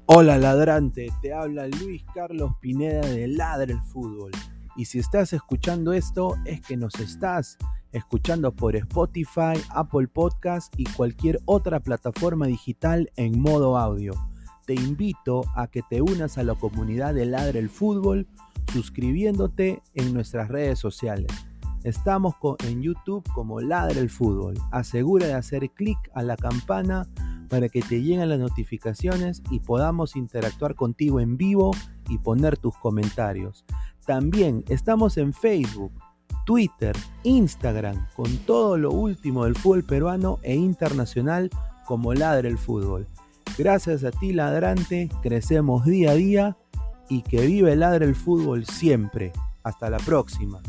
Hola ladrante, te habla Luis Carlos Pineda de Ladra el Fútbol. Y si estás escuchando esto, es que nos estás escuchando por Spotify, Apple Podcast y cualquier otra plataforma digital en modo audio. Te invito a que te unas a la comunidad de Ladra el Fútbol suscribiéndote en nuestras redes sociales. Estamos en YouTube como Ladra el Fútbol. Asegura de hacer clic a la campana para que te lleguen las notificaciones y podamos interactuar contigo en vivo y poner tus comentarios. También estamos en Facebook, Twitter, Instagram, con todo lo último del fútbol peruano e internacional como Ladra el Fútbol. Gracias a ti, ladrante, crecemos día a día y que vive Ladra el Fútbol siempre. Hasta la próxima.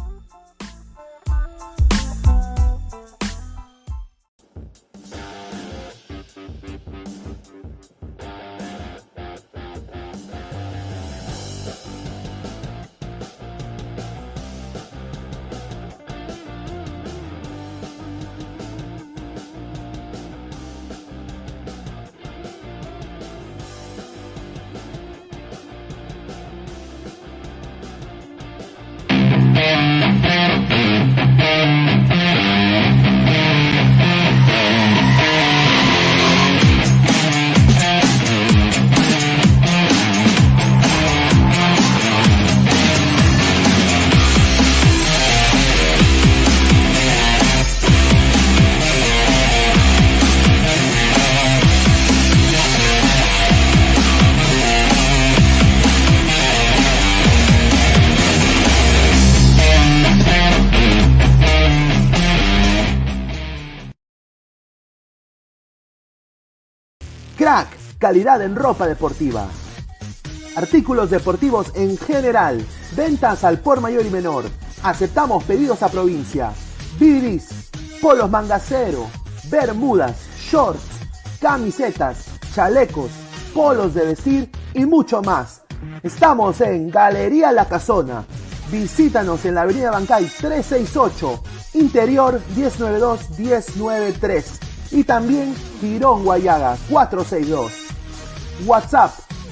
Crack, calidad en ropa deportiva. Artículos deportivos en general. Ventas al por mayor y menor. Aceptamos pedidos a provincia. Bidris, polos mangacero, bermudas, shorts, camisetas, chalecos, polos de vestir y mucho más. Estamos en Galería La Casona. Visítanos en la avenida Bancay 368, interior 1092-1093. Y también Girón Guayaga 462. WhatsApp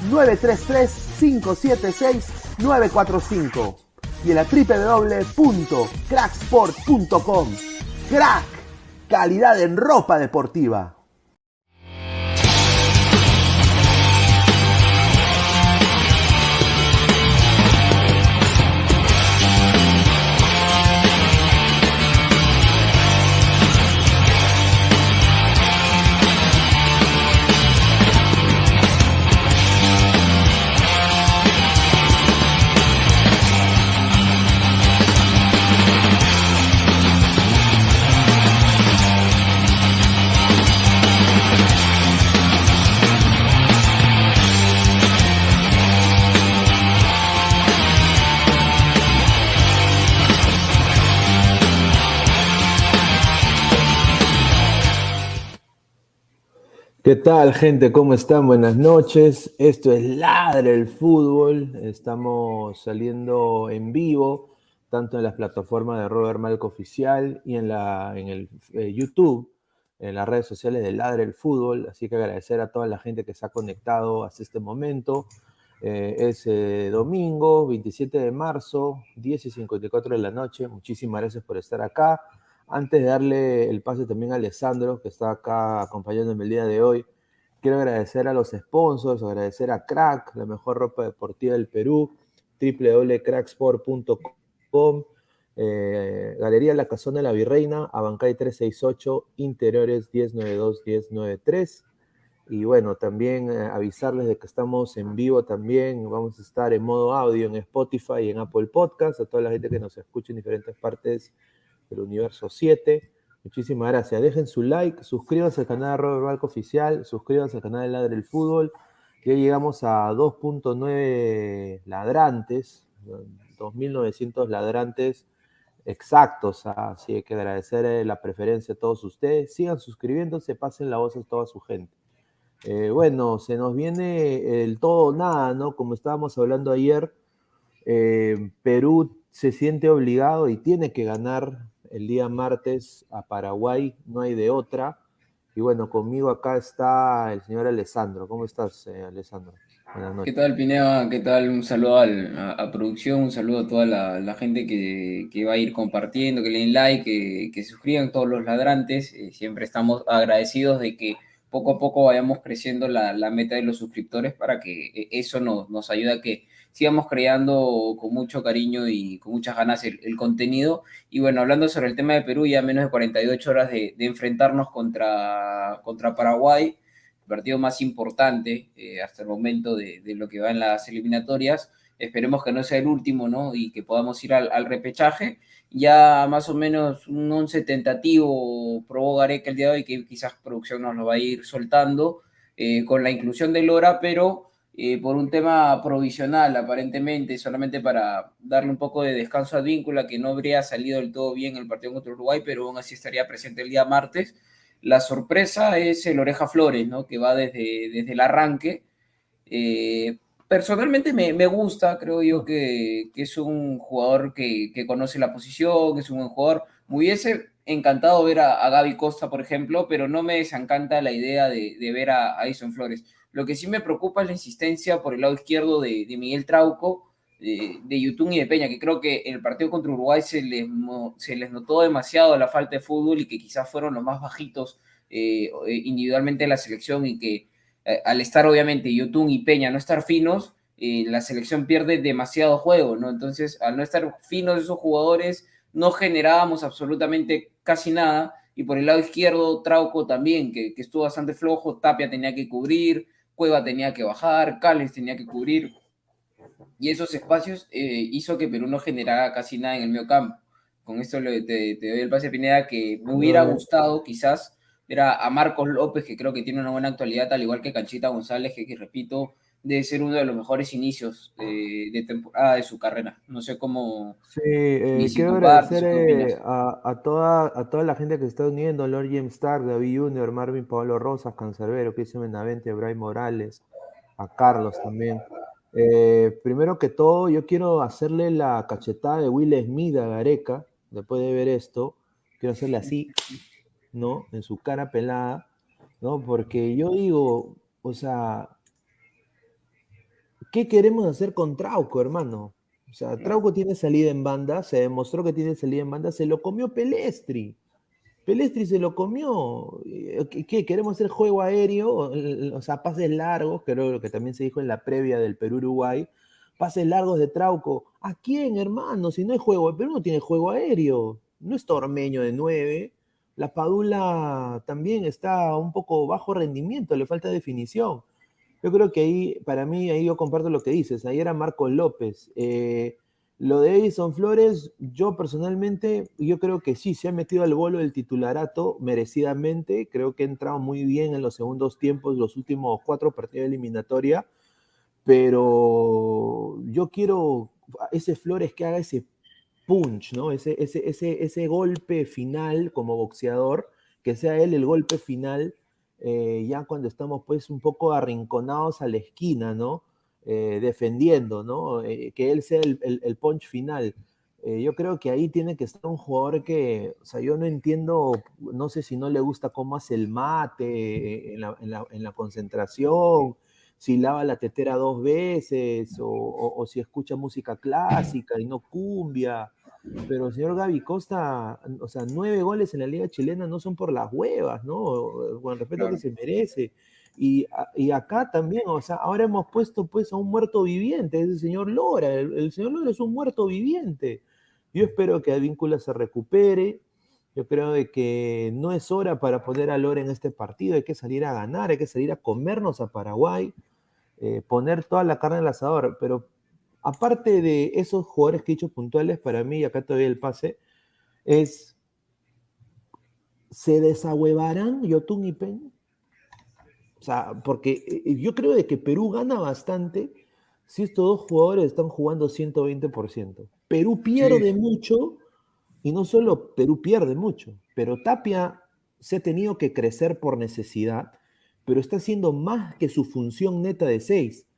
933-576-945. Y en la www.cracksport.com. Crack, calidad en ropa deportiva. ¿Qué tal, gente? ¿Cómo están? Buenas noches. Esto es Ladra el Fútbol. Estamos saliendo en vivo, tanto en las plataformas de Robert Malco Oficial y en el YouTube, en las redes sociales de Ladra el Fútbol. Así que agradecer a toda la gente que se ha conectado hasta este momento. Es domingo, 27 de marzo, 10:54 de la noche. Muchísimas gracias por estar acá. Antes de darle el pase también a Alessandro, que está acá acompañándome el día de hoy, quiero agradecer a los sponsors, agradecer a Crack, la mejor ropa deportiva del Perú, www.cracksport.com, Galería La Casona de la Virreina, Abancay 368, interiores 1092-1093. Y bueno, también avisarles de que estamos en vivo también, vamos a estar en modo audio en Spotify y en Apple Podcast, a toda la gente que nos escucha en diferentes partes del universo 7. Muchísimas gracias. Dejen su like, suscríbanse al canal de Robert Balco Oficial, suscríbanse al canal de Ladra el Fútbol. Ya llegamos a 2.9 ladrantes, 2.900 ladrantes exactos. Así que hay que agradecer la preferencia a todos ustedes. Sigan suscribiéndose, pasen la voz a toda su gente. Bueno, se nos viene el todo o nada, ¿no? Como estábamos hablando ayer, Perú se siente obligado y tiene que ganar el día martes a Paraguay, no hay de otra. Y bueno, conmigo acá está el señor Alessandro. ¿Cómo estás, Alessandro? Buenas ¿Qué noches. tal, Pineda? ¿Qué tal? Un saludo a producción, un saludo a toda la gente que va a ir compartiendo, que le den like, que se suscriban todos los ladrantes. Siempre estamos agradecidos de que poco a poco vayamos creciendo la meta de los suscriptores para que eso nos ayude a que sigamos creando con mucho cariño y con muchas ganas el contenido. Y bueno, hablando sobre el tema de Perú, ya menos de 48 horas de enfrentarnos contra Paraguay, partido más importante hasta el momento de lo que va en las eliminatorias. Esperemos que no sea el último, ¿no? Y que podamos ir al repechaje. Ya más o menos un 11 tentativo probó Gareca el día de hoy, que quizás producción nos lo va a ir soltando, con la inclusión de Lora, pero por un tema provisional, aparentemente, solamente para darle un poco de descanso a Víncula, que no habría salido del todo bien el partido contra Uruguay, pero aún así estaría presente el día martes. La sorpresa es el Oreja Flores, ¿no? Que va desde el arranque. Personalmente me gusta, creo yo que es un jugador que conoce la posición, que es un buen jugador. Me hubiese encantado ver a Gaby Costa, por ejemplo, pero no me desencanta la idea de ver a Edison Flores. Lo que sí me preocupa es la insistencia por el lado izquierdo de Miguel Trauco, de Yutún y de Peña, que creo que en el partido contra Uruguay se les notó demasiado la falta de fútbol y que quizás fueron los más bajitos individualmente en la selección y que al estar obviamente Yotun y Peña no estar finos, la selección pierde demasiado juego, ¿no? Entonces, al no estar finos esos jugadores, no generábamos absolutamente casi nada. Y por el lado izquierdo, Trauco también, que estuvo bastante flojo, Tapia tenía que cubrir, Cueva tenía que bajar, Cales tenía que cubrir. Y esos espacios hizo que Perú no generara casi nada en el medio campo. Con esto te doy el pase, Pineda, que me hubiera No, gustado quizás ver a Marcos López, que creo que tiene una buena actualidad, al igual que Canchita González, que repito, debe ser uno de los mejores inicios de temporada de su carrera. No sé cómo, sí, si quiero compartes agradecer o qué opinas. a toda la gente que se está uniendo, Lord James Stark, David Junior, Marvin Pablo Rosas, Cancerbero, Cristian Benavente, Brian Morales, a Carlos también. Primero que todo, yo quiero hacerle la cachetada de Will Smith a Gareca, después de ver esto, quiero hacerle así, ¿no? En su cara pelada, ¿no? Porque yo digo, o sea, ¿qué queremos hacer con Trauco, hermano? O sea, Trauco tiene salida en banda, se demostró que tiene salida en banda, se lo comió Pelestri. Pelestri se lo comió. ¿Qué? ¿Queremos hacer juego aéreo? O sea, pases largos, creo que también se dijo en la previa del Perú-Uruguay. Pases largos de Trauco. ¿A quién, hermano? Si no hay juego, el Perú no tiene juego aéreo. No es Tormeño de 9. La Padula también está un poco bajo rendimiento, le falta definición. Yo creo que ahí, para mí, ahí yo comparto lo que dices. Ahí era Marcos López. Lo de Edison Flores, yo personalmente, yo creo que sí, se ha metido al bolo del titularato merecidamente. Creo que ha entrado muy bien en los segundos tiempos, los últimos 4 partidos de eliminatoria. Pero yo quiero ese Flores que haga ese punch, ¿no? Ese golpe final como boxeador, que sea él el golpe final, ya cuando estamos pues un poco arrinconados a la esquina, ¿no? Defendiendo, ¿no? Que él sea el punch final. Yo creo que ahí tiene que estar un jugador que, o sea, yo no entiendo, no sé si no le gusta cómo hace el mate en la concentración, si lava la tetera 2 veces o si escucha música clásica y no cumbia. Pero el señor Gaby Costa, o sea, 9 goles en la Liga Chilena no son por las huevas, ¿no? Con el respeto que Claro. se merece. Y acá también, o sea, ahora hemos puesto pues a un muerto viviente, es el señor Lora. El señor Lora es un muerto viviente. Yo espero que Advíncula se recupere. Yo creo de que no es hora para poner a Lora en este partido. Hay que salir a ganar, hay que salir a comernos a Paraguay, poner toda la carne al asador. Pero aparte de esos jugadores que he dicho puntuales, para mí, y acá te doy el pase, es, ¿se desahuevarán Yotun y Peña? O sea, porque yo creo de que Perú gana bastante si estos dos jugadores están jugando 120%. Perú Sí, pierde mucho, y no solo Perú pierde mucho, pero Tapia se ha tenido que crecer por necesidad, pero está haciendo más que su función neta de 6.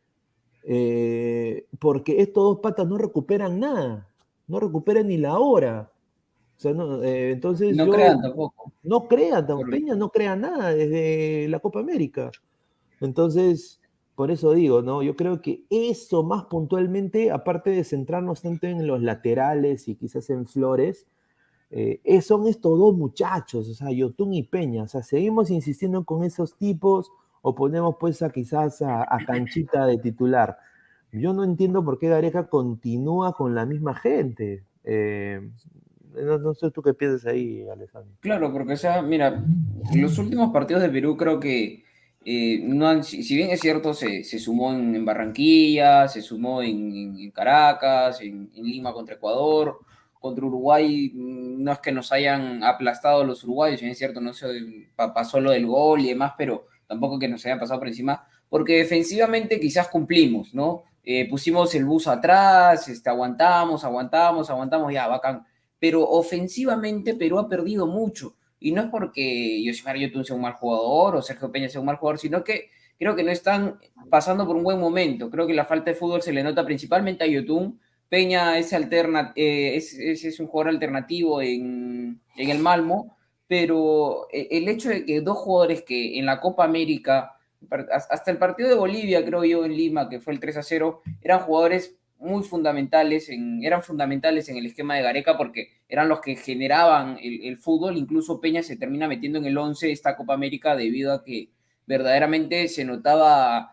Porque estos dos patas no recuperan nada, no recuperan ni la hora. O sea, y entonces no yo crean tampoco. no crea, Por- Peña no crea nada desde la Copa América. Entonces, por eso digo, ¿no? Yo creo que eso más puntualmente, aparte de centrarnos tanto en los laterales y quizás en Flores, son estos dos muchachos, o sea, Yotun y Peña. O sea, seguimos insistiendo con esos tipos o ponemos pues quizás a Canchita de titular. Yo no entiendo por qué Gareca continúa con la misma gente. No sé tú qué piensas ahí, Alejandro. Claro, porque, o sea, mira, los últimos partidos de Perú creo que no han, si bien es cierto, se sumó en Barranquilla, se sumó en Caracas, en Lima contra Ecuador, contra Uruguay, no es que nos hayan aplastado los uruguayos, si bien es cierto, no sé, pasó lo del gol y demás, pero tampoco que nos hayan pasado por encima, porque defensivamente quizás cumplimos, ¿no? Pusimos el bus atrás, aguantamos, ya, bacán, pero ofensivamente Perú ha perdido mucho. Y no es porque Yoshimar Yotun sea un mal jugador o Sergio Peña sea un mal jugador, sino que creo que no están pasando por un buen momento. Creo que la falta de fútbol se le nota principalmente a Yotun. Peña es un jugador alternativo en el Malmo, pero el hecho de que dos jugadores que en la Copa América, hasta el partido de Bolivia, creo yo, en Lima, que fue el 3-0, eran jugadores muy fundamentales, eran fundamentales en el esquema de Gareca porque eran los que generaban el fútbol. Incluso Peña se termina metiendo en el 11 esta Copa América debido a que verdaderamente se notaba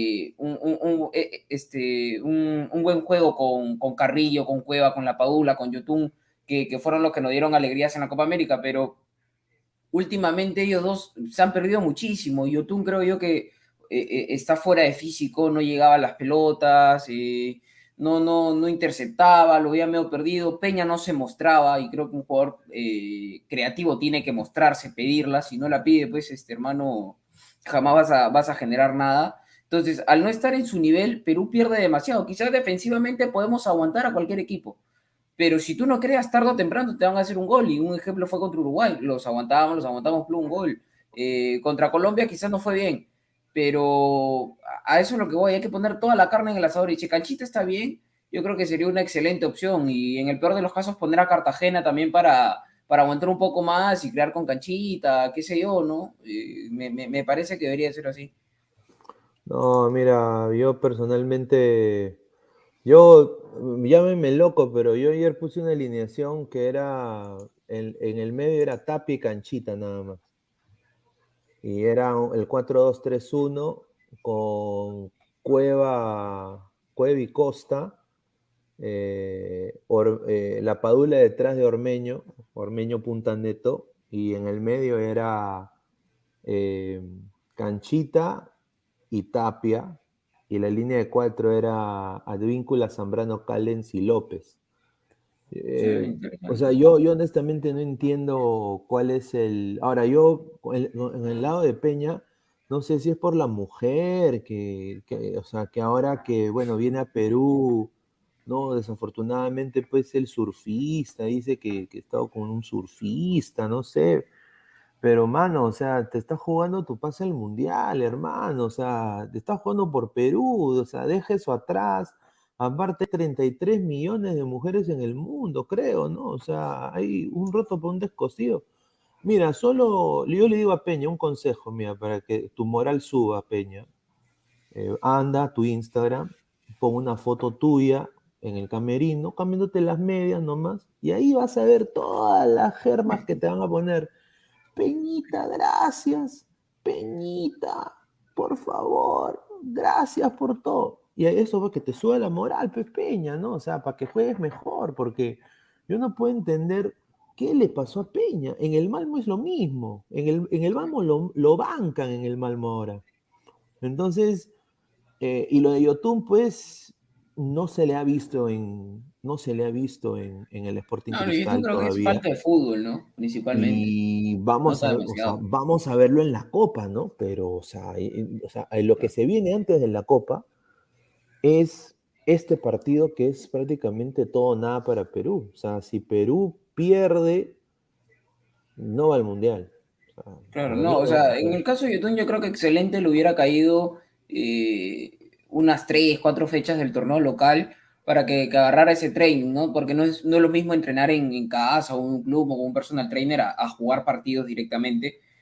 un buen juego con Carrillo, con Cueva, con La Padula, con Yotun, que fueron los que nos dieron alegrías en la Copa América, pero últimamente ellos dos se han perdido muchísimo. Yotun creo yo que está fuera de físico, no llegaba a las pelotas, no interceptaba, lo veía medio perdido. Peña no se mostraba y creo que un jugador creativo tiene que mostrarse, pedirla. Si no la pide, pues hermano, jamás vas a generar nada. Entonces, al no estar en su nivel, Perú pierde demasiado. Quizás defensivamente podemos aguantar a cualquier equipo, pero si tú no creas, tarde o temprano te van a hacer un gol. Y un ejemplo fue contra Uruguay. Los aguantamos, un gol. Contra Colombia quizás no fue bien, pero a eso es lo que voy. Hay que poner toda la carne en el asador. Y si Canchita está bien, yo creo que sería una excelente opción. Y en el peor de los casos, poner a Cartagena también para aguantar un poco más y crear con Canchita, qué sé yo, ¿no? Me parece que debería ser así. No, mira, yo personalmente, yo, llámeme loco, pero yo ayer puse una alineación que era, en el medio era Tapia y Canchita nada más. Y era el 4-2-3-1 con Cueva y Costa, la Padula detrás de Ormeño punta neto, y en el medio era Canchita y Tapia, y la línea de cuatro era Advíncula, Zambrano, Callens y López. Sí, O sea, interesante. yo honestamente no entiendo cuál es el... Ahora, yo en el lado de Peña, no sé si es por la mujer, o sea, que ahora que, bueno, viene a Perú, no, desafortunadamente, pues el surfista, dice que ha estado con un surfista, no sé, pero, mano, o sea, te estás jugando tu pase al mundial, hermano. O sea, te estás jugando por Perú. O sea, deja eso atrás. Aparte, 33 millones de mujeres en el mundo, creo, ¿no? O sea, hay un roto por un descosido. Mira, solo yo le digo a Peña un consejo, mira, para que tu moral suba, Peña. Anda a tu Instagram, pon una foto tuya en el camerino, cambiándote las medias nomás, y ahí vas a ver todas las germas que te van a poner. Peñita, gracias. Peñita, por favor, gracias por todo. Y eso porque te sube la moral, pues, Peña, ¿no? O sea, para que juegues mejor, porque yo no puedo entender qué le pasó a Peña. En el Malmo es lo mismo. En el Malmo lo bancan en el Malmo ahora. Entonces, y lo de Yotun, pues, no se le ha visto en el Sporting No, yo Cristal creo que es todavía. falta de fútbol, ¿no? Principalmente. Y Nota o sea, demasiado. vamos a verlo en la Copa, ¿no? Pero, o sea, lo que se viene antes de la Copa es este partido que es prácticamente todo o nada para Perú. O sea, si Perú pierde, no va al Mundial. O sea, Claro, para mí no, o no va al sea, en Mundial. el caso de Yotun yo creo que excelente le hubiera caído unas 3, 4 fechas del torneo local para que agarrara ese training, ¿no? Porque no es lo mismo entrenar en casa o en un club o con un personal trainer a jugar partidos directamente.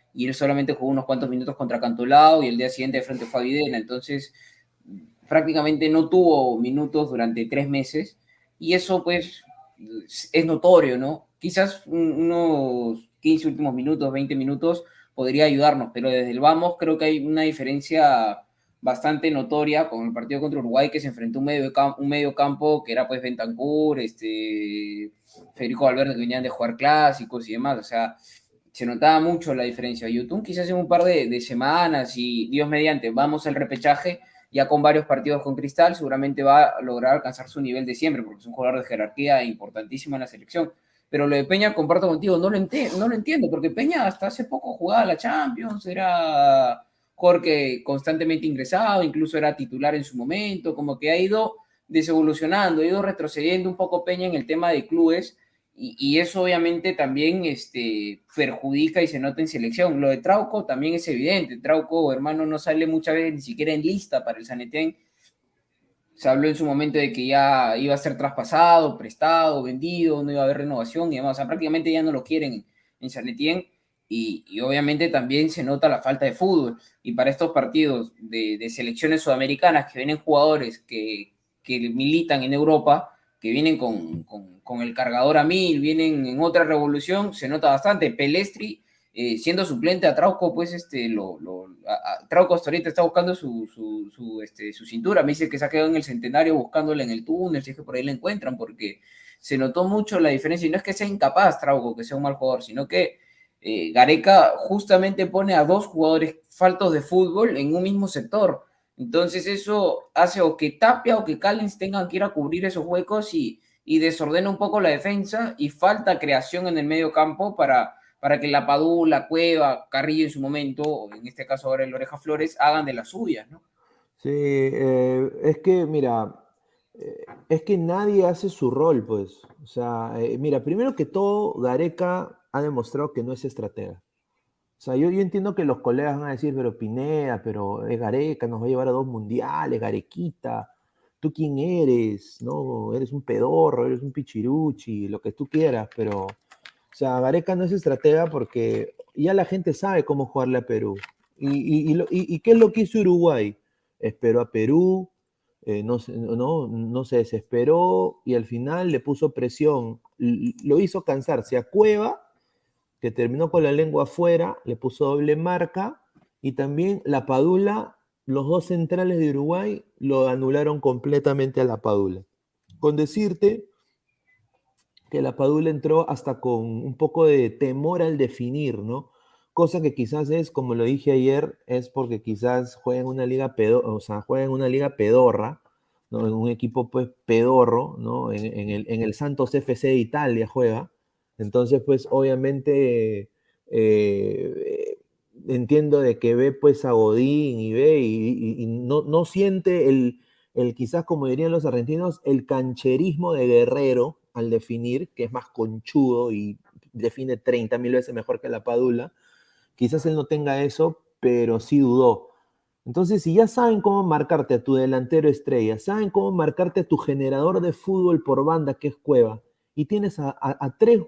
y él solamente jugó unos cuantos minutos contra Cantolao y el día siguiente de frente fue a Videna, entonces prácticamente no tuvo minutos durante 3 meses y eso pues es notorio, ¿no? Quizás unos 15 últimos minutos, 20 minutos podría ayudarnos, pero desde el vamos creo que hay una diferencia bastante notoria con el partido contra Uruguay, que se enfrentó un medio campo que era pues Bentancur, Federico Valverde, que venían de jugar clásicos y demás, o sea, se notaba mucho la diferencia. Yotun quizás en un par de semanas y Dios mediante, vamos al repechaje, ya con varios partidos con Cristal, seguramente va a lograr alcanzar su nivel de siempre, porque es un jugador de jerarquía importantísimo en la selección. Pero lo de Peña, comparto contigo, no lo entiendo, porque Peña hasta hace poco jugaba a la Champions, era jugador que constantemente ingresaba, incluso era titular en su momento, como que ha ido desevolucionando, ha ido retrocediendo un poco Peña en el tema de clubes, y eso obviamente también perjudica y se nota en selección. Lo de Trauco también es evidente. Trauco, hermano, no sale muchas veces ni siquiera en lista para el San Etienne. Se habló en su momento de que ya iba a ser traspasado, prestado, vendido, no iba a haber renovación y demás. O sea, prácticamente ya no lo quieren en San Etienne y obviamente también se nota la falta de fútbol. Y para estos partidos de selecciones sudamericanas que vienen jugadores que militan en Europa, que vienen con el cargador a mil, vienen en otra revolución, se nota bastante. Pelestri, siendo suplente a Trauco, pues Trauco hasta ahorita está buscando su cintura. Me dice que se ha quedado en el Centenario buscándola en el túnel, si es que por ahí la encuentran, porque se notó mucho la diferencia. Y no es que sea incapaz Trauco, que sea un mal jugador, sino que Gareca justamente pone a dos jugadores faltos de fútbol en un mismo sector. Entonces eso hace o que Tapia o que Callens tengan que ir a cubrir esos huecos y desordena un poco la defensa y falta creación en el medio campo para que la Padula, Cueva, Carrillo en su momento, o en este caso ahora el Oreja Flores, hagan de las suyas, ¿no? Sí, es que, mira, es que nadie hace su rol, pues. O sea, mira, primero que todo, Gareca ha demostrado que no es estratega. O sea, yo entiendo que los colegas van a decir, pero Pineda, pero es Gareca, nos va a llevar a 2 mundiales, Garequita. ¿Tú quién eres? ¿No? Eres un pedorro, eres un pichiruchi, lo que tú quieras, pero, o sea, Gareca no es estratega porque ya la gente sabe cómo jugarle a Perú. ¿Y qué es lo que hizo Uruguay? Esperó a Perú, no se desesperó y al final le puso presión. Lo hizo cansarse a Cueva, que terminó con la lengua afuera, le puso doble marca y también la Padula, los dos centrales de Uruguay lo anularon completamente a la Padula. Con decirte que la Padula entró hasta con un poco de temor al definir, ¿no? Cosa que quizás es, como lo dije ayer, es porque quizás juega en una liga juega en una liga pedorra, ¿no? En un equipo pues pedorro, ¿no? En el Santos FC de Italia juega. Entonces, pues obviamente entiendo de que ve pues a Godín y ve y no siente quizás como dirían los argentinos, el cancherismo de Guerrero al definir, que es más conchudo y define 30.000 veces mejor que la Padula. Quizás él no tenga eso, pero sí dudó. Entonces, si ya saben cómo marcarte a tu delantero estrella, saben cómo marcarte a tu generador de fútbol por banda, que es Cueva, y tienes a tres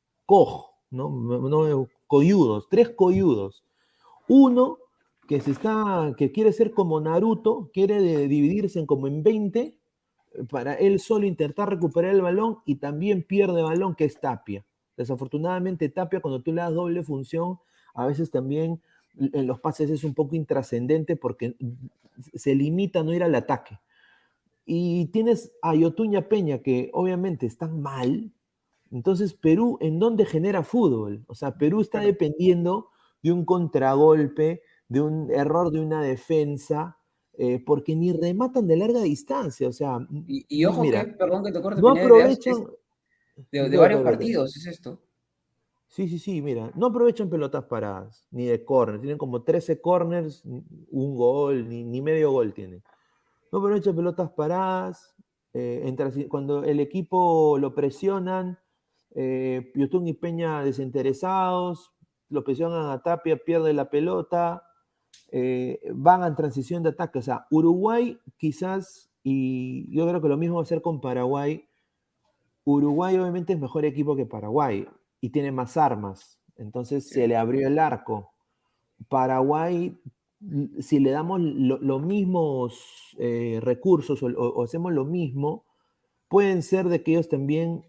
coyudos, tres coyudos. Uno que quiere ser como Naruto, quiere dividirse como en 20 para él solo intentar recuperar el balón y también pierde balón, que es Tapia. Desafortunadamente, Tapia, cuando tú le das doble función, a veces también en los pases es un poco intrascendente porque se limita a no ir al ataque. Y tienes a Yotuña Peña, que obviamente están mal. Entonces, Perú, ¿en dónde genera fútbol? O sea, Perú está dependiendo de un contragolpe, de un error de una defensa, porque ni rematan de larga distancia. O sea, Y ojo que, mira, perdón que te corte, no Pineda, aprovechan. de varios partidos, es esto. Sí, mira, no aprovechan pelotas paradas, ni de córner. Tienen como 13 corners, un gol, ni medio gol tienen. No aprovechan pelotas paradas. Cuando el equipo lo presionan, Yotun y Peña desinteresados, lo presionan a Tapia, pierde la pelota, van en transición de ataque. O sea, Uruguay quizás, y yo creo que lo mismo va a ser con Paraguay. Uruguay obviamente es mejor equipo que Paraguay y tiene más armas, entonces se le abrió el arco. Paraguay, si le damos los mismos recursos o hacemos lo mismo, pueden ser de que ellos también,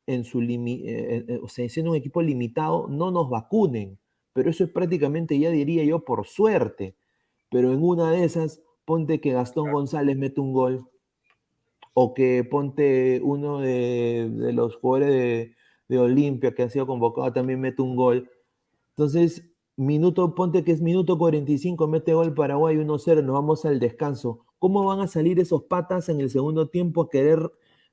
o sea, siendo un equipo limitado, no nos vacunen. Pero eso es prácticamente, ya diría yo, por suerte. Pero en una de esas, ponte que Gastón González mete un gol, o que ponte uno de los jugadores de Olimpia que ha sido convocado también mete un gol. Entonces, ponte que es minuto 45, mete gol Paraguay 1-0, nos vamos al descanso. ¿Cómo van a salir esos patas en el segundo tiempo a querer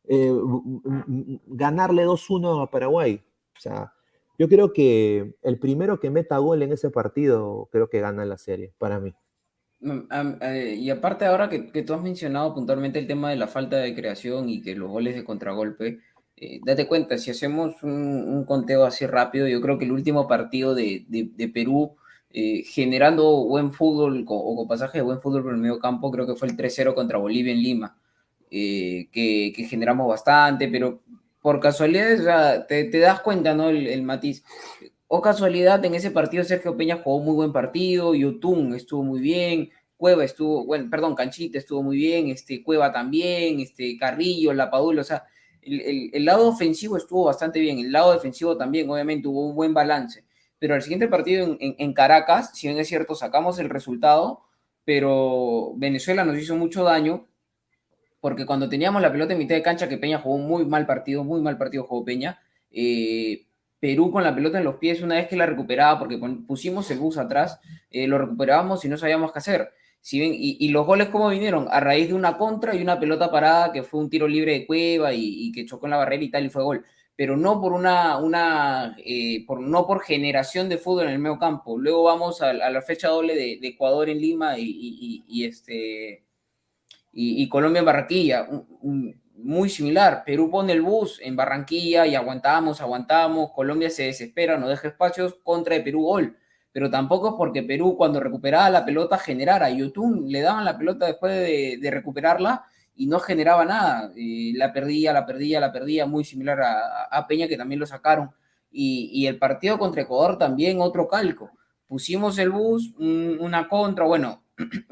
ganarle 2-1 a Paraguay? O sea, yo creo que el primero que meta gol en ese partido, creo que gana la serie, para mí. Y aparte ahora que tú has mencionado puntualmente el tema de la falta de creación y que los goles de contragolpe, date cuenta, si hacemos un conteo así rápido, yo creo que el último partido de Perú generando buen fútbol o con pasaje de buen fútbol por el medio campo, creo que fue el 3-0 contra Bolivia en Lima, que generamos bastante, pero por casualidad, o sea, te das cuenta, ¿no? El matiz. O casualidad, en ese partido Sergio Peña jugó muy buen partido, Yotun estuvo muy bien, Cueva estuvo, bueno, perdón, Canchita estuvo muy bien, Cueva también, Carrillo, Lapadula, o sea, el lado ofensivo estuvo bastante bien, el lado defensivo también, obviamente, hubo un buen balance. Pero el siguiente partido en Caracas, si bien es cierto, sacamos el resultado, pero Venezuela nos hizo mucho daño, porque cuando teníamos la pelota en mitad de cancha, que Peña jugó un muy mal partido jugó Peña, Perú con la pelota en los pies, una vez que la recuperaba, porque pusimos el bus atrás, lo recuperábamos y no sabíamos qué hacer. Si ven, y los goles, ¿cómo vinieron? A raíz de una contra y una pelota parada, que fue un tiro libre de Cueva y que chocó en la barrera y tal, y fue gol. Pero no por no por generación de fútbol en el medio campo. Luego vamos a la fecha doble de Ecuador en Lima y Colombia en Barranquilla, muy similar. Perú pone el bus en Barranquilla y aguantamos, Colombia se desespera, no deja espacios, contra de Perú gol. Pero tampoco es porque Perú cuando recuperaba la pelota generara. A Yotun le daban la pelota después de recuperarla y no generaba nada. La perdía, muy similar a Peña que también lo sacaron. Y el partido contra Ecuador también otro calco. Pusimos el bus, una contra, bueno,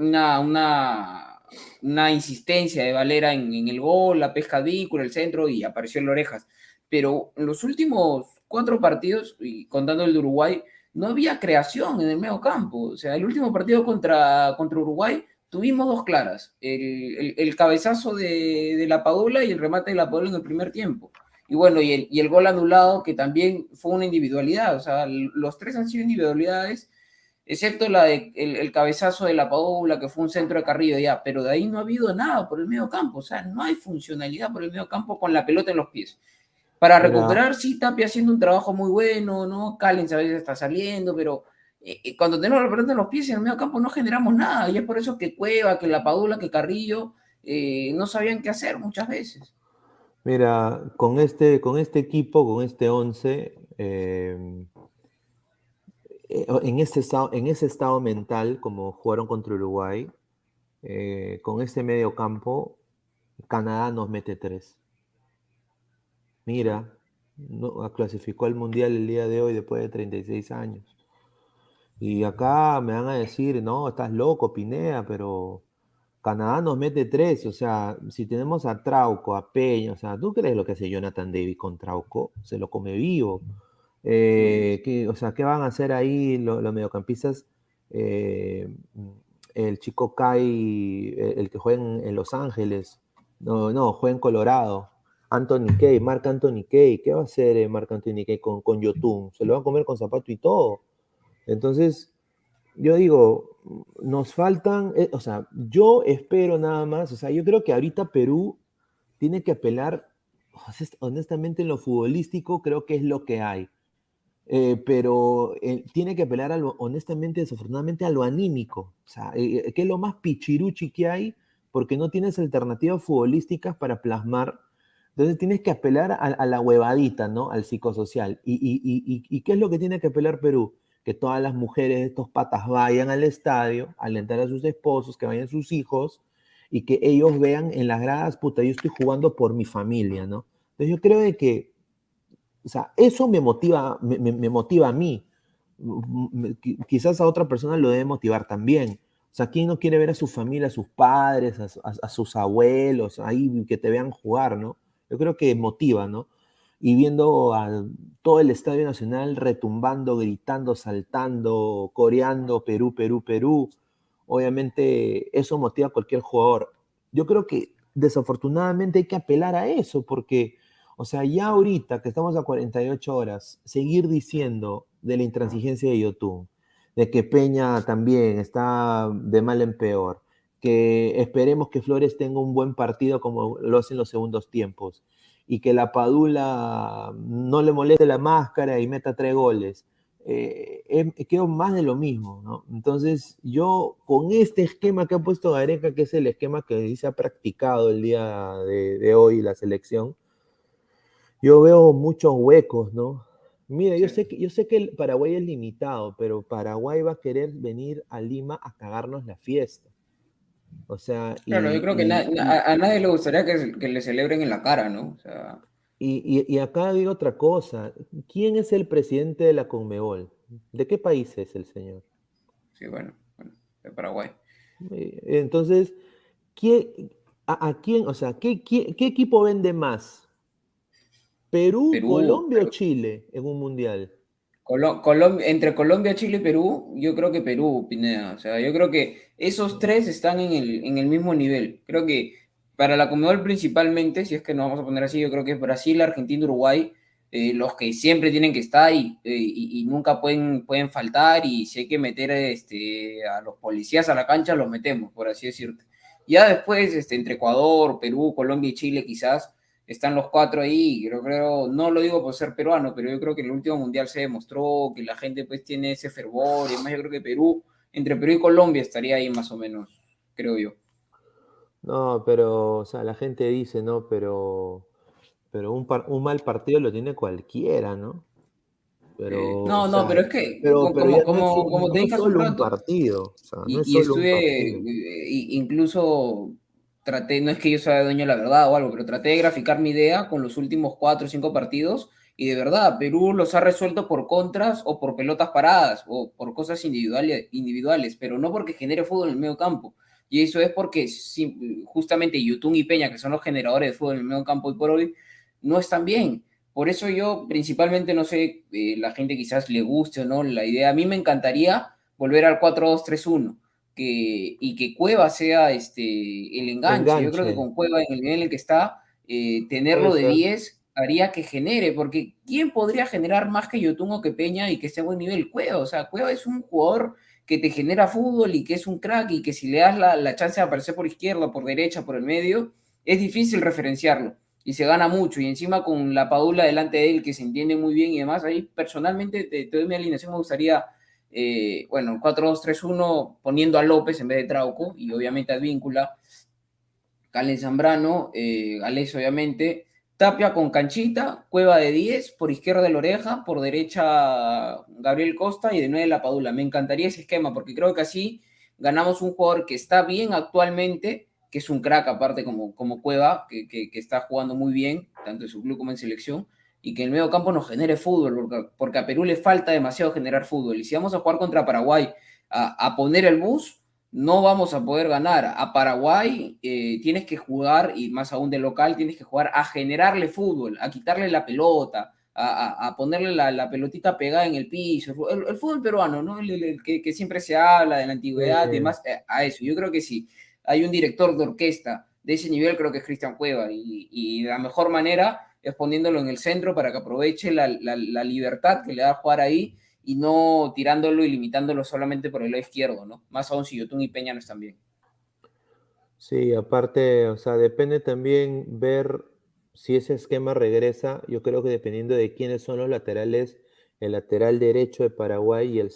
una insistencia de Valera en el gol, la pesca vícula, el centro y apareció en Orejas. Pero en los últimos 4 partidos, y contando el de Uruguay, no había creación en el medio campo. O sea, el último partido contra Uruguay tuvimos 2 claras. El cabezazo de la Padula y el remate de la Padula en el primer tiempo. Y bueno, y el gol anulado que también fue una individualidad. O sea, los 3 han sido individualidades excepto el cabezazo de la Paula, que fue un centro de Carrillo ya, pero de ahí no ha habido nada por el medio campo, o sea, no hay funcionalidad por el medio campo con la pelota en los pies. Para Mira, recuperar, sí, Tapia haciendo un trabajo muy bueno, ¿no? Callens a veces está saliendo, pero cuando tenemos la pelota en los pies en el medio campo no generamos nada, y es por eso que Cueva, que la Padula, que Carrillo no sabían qué hacer muchas veces. mira, con este equipo, con este 11, en ese estado mental, como jugaron contra Uruguay, con este medio campo, Canadá nos mete 3. Mira, no, clasificó al Mundial el día de hoy después de 36 años. Y acá me van a decir, no, estás loco, Pineda, pero Canadá nos mete 3. O sea, si tenemos a Trauco, a Peña, o sea, ¿tú crees lo que hace Jonathan David con Trauco? Se lo come vivo. Sí. O sea, ¿qué van a hacer ahí los mediocampistas? Eh, el chico Kai, el que juega en Los Ángeles, no, juega en Colorado. Anthony Kay, Marc Anthony Kay, ¿qué va a hacer Marc Anthony Kay con Yotun? Se lo va a comer con zapato y todo. Entonces, yo digo, nos faltan, o sea, yo espero nada más, o sea, yo creo que ahorita Perú tiene que apelar, honestamente en lo futbolístico creo que es lo que hay. Pero tiene que apelar honestamente, desafortunadamente, a lo anímico, o sea, que es lo más pichiruchi que hay, porque no tienes alternativas futbolísticas para plasmar, entonces tienes que apelar a la huevadita, ¿no? Al psicosocial. ¿Y qué es lo que tiene que apelar Perú? Que todas las mujeres de estos patas vayan al estadio, alentar a sus esposos, que vayan sus hijos, y que ellos vean en las gradas, puta, yo estoy jugando por mi familia, ¿no? Entonces yo creo de que, o sea, eso me motiva a mí, quizás a otra persona lo debe motivar también. O sea, ¿quién no quiere ver a su familia, a sus padres, a sus abuelos, ahí que te vean jugar, ¿no? Yo creo que motiva, ¿no? Y viendo a todo el Estadio Nacional retumbando, gritando, saltando, coreando, Perú, Perú, Perú, obviamente eso motiva a cualquier jugador. Yo creo que desafortunadamente hay que apelar a eso, porque, o sea, ya ahorita que estamos a 48 horas, seguir diciendo de la intransigencia de YouTube, de que Peña también está de mal en peor, que esperemos que Flores tenga un buen partido como lo hacen los segundos tiempos, y que la Padula no le moleste la máscara y meta 3 goles. Quedó más de lo mismo, ¿no? Entonces, yo con este esquema que ha puesto Gareca, que es el esquema que se ha practicado el día de hoy la selección, yo veo muchos huecos, ¿no? Mira, Sí. yo sé que el Paraguay es limitado, pero Paraguay va a querer venir a Lima a cagarnos la fiesta. O sea, Claro, yo creo que a nadie le gustaría que le celebren en la cara, ¿no? O sea, y acá digo otra cosa. ¿Quién es el presidente de la Conmebol? ¿De qué país es el señor? sí, bueno, de Paraguay. Entonces, ¿quién, a quién, o sea, qué equipo vende más? ¿Perú, Perú, Colombia o Chile en un mundial? Entre Colombia, Chile y Perú, yo creo que Perú, Pineda. O sea, yo creo que esos tres están en el mismo nivel. Creo que para la Conmebol principalmente, si es que nos vamos a poner así, yo creo que es Brasil, Argentina, Uruguay, los que siempre tienen que estar y nunca pueden faltar. Y si hay que meter a los policías a la cancha, los metemos, por así decirlo. Ya después, entre Ecuador, Perú, Colombia y Chile, quizás están los cuatro ahí. Creo, no lo digo por ser peruano, pero yo creo que en el último mundial se demostró que la gente pues tiene ese fervor. Y además yo creo que entre Perú y Colombia estaría ahí más o menos, creo yo. No, pero, o sea, la gente dice, ¿no? Pero un mal partido lo tiene cualquiera, ¿no? Pero, o No, no, sea, pero es que, pero ya como te no es dije hace un solo un rato, partido, o sea, no es y solo un estuve, partido. incluso traté, no es que yo sea dueño de la verdad o algo, pero traté de graficar mi idea con los últimos 4 o 5 partidos y de verdad, Perú los ha resuelto por contras o por pelotas paradas o por cosas individuales, pero no porque genere fútbol en el medio campo. Y eso es porque justamente Yotun y Peña, que son los generadores de fútbol en el medio campo hoy por hoy, no están bien. Por eso yo principalmente, no sé, la gente quizás le guste o no la idea. A mí me encantaría volver al 4-2-3-1 y que Cueva sea el enganche. Yo creo que Enganche, con Cueva en el nivel en el que está, puede tenerlo de ser. 10 haría que genere, porque ¿quién podría generar más que Yotun o que Peña y que esté a buen nivel? Cueva, o sea, Cueva es un jugador que te genera fútbol y que es un crack y que si le das la chance de aparecer por izquierda, por derecha, por el medio, es difícil referenciarlo y se gana mucho. Y encima con la Padula delante de él, que se entiende muy bien y demás, ahí personalmente te doy mi alineación, me gustaría, bueno, 4-2-3-1 poniendo a López en vez de Trauco y obviamente a Víncula, Calen Zambrano, Gales obviamente, Tapia con Canchita, Cueva de 10, por izquierda de la Oreja, por derecha Gabriel Costa y de 9 la Padula. Me encantaría ese esquema porque creo que así ganamos un jugador que está bien actualmente, que es un crack aparte como Cueva, que está jugando muy bien, tanto en su club como en selección, y que en el medio campo nos genere fútbol, porque a Perú le falta demasiado generar fútbol. Y si vamos a jugar contra Paraguay a poner el bus, no vamos a poder ganar. A Paraguay tienes que jugar, y más aún de local, tienes que jugar a generarle fútbol, a quitarle la pelota, a ponerle la pelotita pegada en el piso. El fútbol peruano, ¿no? El que siempre se habla de la antigüedad y demás, a eso. Yo creo que sí. Hay un director de orquesta de ese nivel, creo que es Cristian Cueva, y la mejor manera es poniéndolo en el centro para que aproveche la libertad que le da jugar ahí y no tirándolo y limitándolo solamente por el lado izquierdo, ¿no? Más aún si Yotun y Peña no están bien. Sí, aparte, o sea, depende también ver si ese esquema regresa. Yo creo que dependiendo de quiénes son los laterales, el lateral derecho de Paraguay y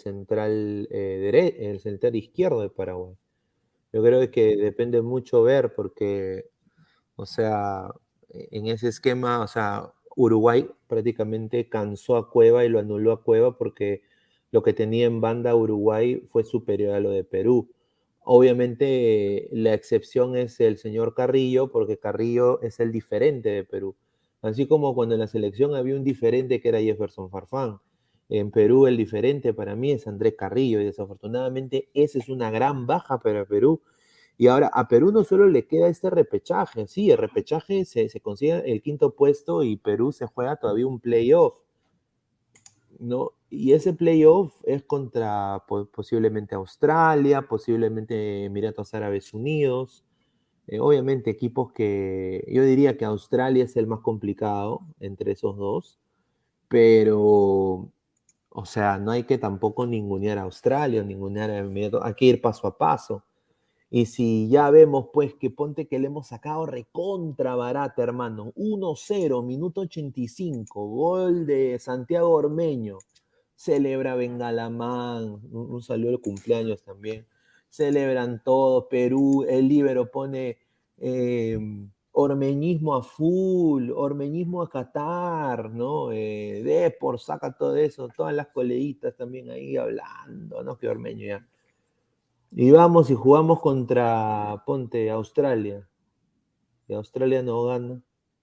el central izquierdo de Paraguay. Yo creo que depende mucho ver porque, o sea, en ese esquema, o sea, Uruguay prácticamente cansó a Cueva y lo anuló a Cueva porque lo que tenía en banda Uruguay fue superior a lo de Perú. Obviamente la excepción es el señor Carrillo, porque Carrillo es el diferente de Perú. Así como cuando en la selección había un diferente que era Jefferson Farfán. En Perú el diferente para mí es Andrés Carrillo y desafortunadamente esa es una gran baja para Perú. Y ahora a Perú no solo le queda este repechaje, sí, el repechaje se consigue el quinto puesto y Perú se juega todavía un playoff, ¿no? Y ese playoff es contra posiblemente Australia, posiblemente Emiratos Árabes Unidos, obviamente equipos que yo diría que Australia es el más complicado entre esos dos, pero, o sea, no hay que tampoco ningunear a Australia, ningunear a Emiratos, hay que ir paso a paso. Y si ya vemos, pues, que ponte que le hemos sacado recontra barata, hermano. 1-0, minuto 85, gol de Santiago Ormeño. Celebra Bengalamán, un saludo de cumpleaños también. Celebran todo, Perú, el líbero pone eh, ormeñismo a full, ormeñismo a Qatar, ¿no? Depor saca todo eso, todas las coleguitas también ahí hablando, ¿no? Que Ormeño ya. Y vamos y jugamos contra, ponte, Australia. Y Australia no gana.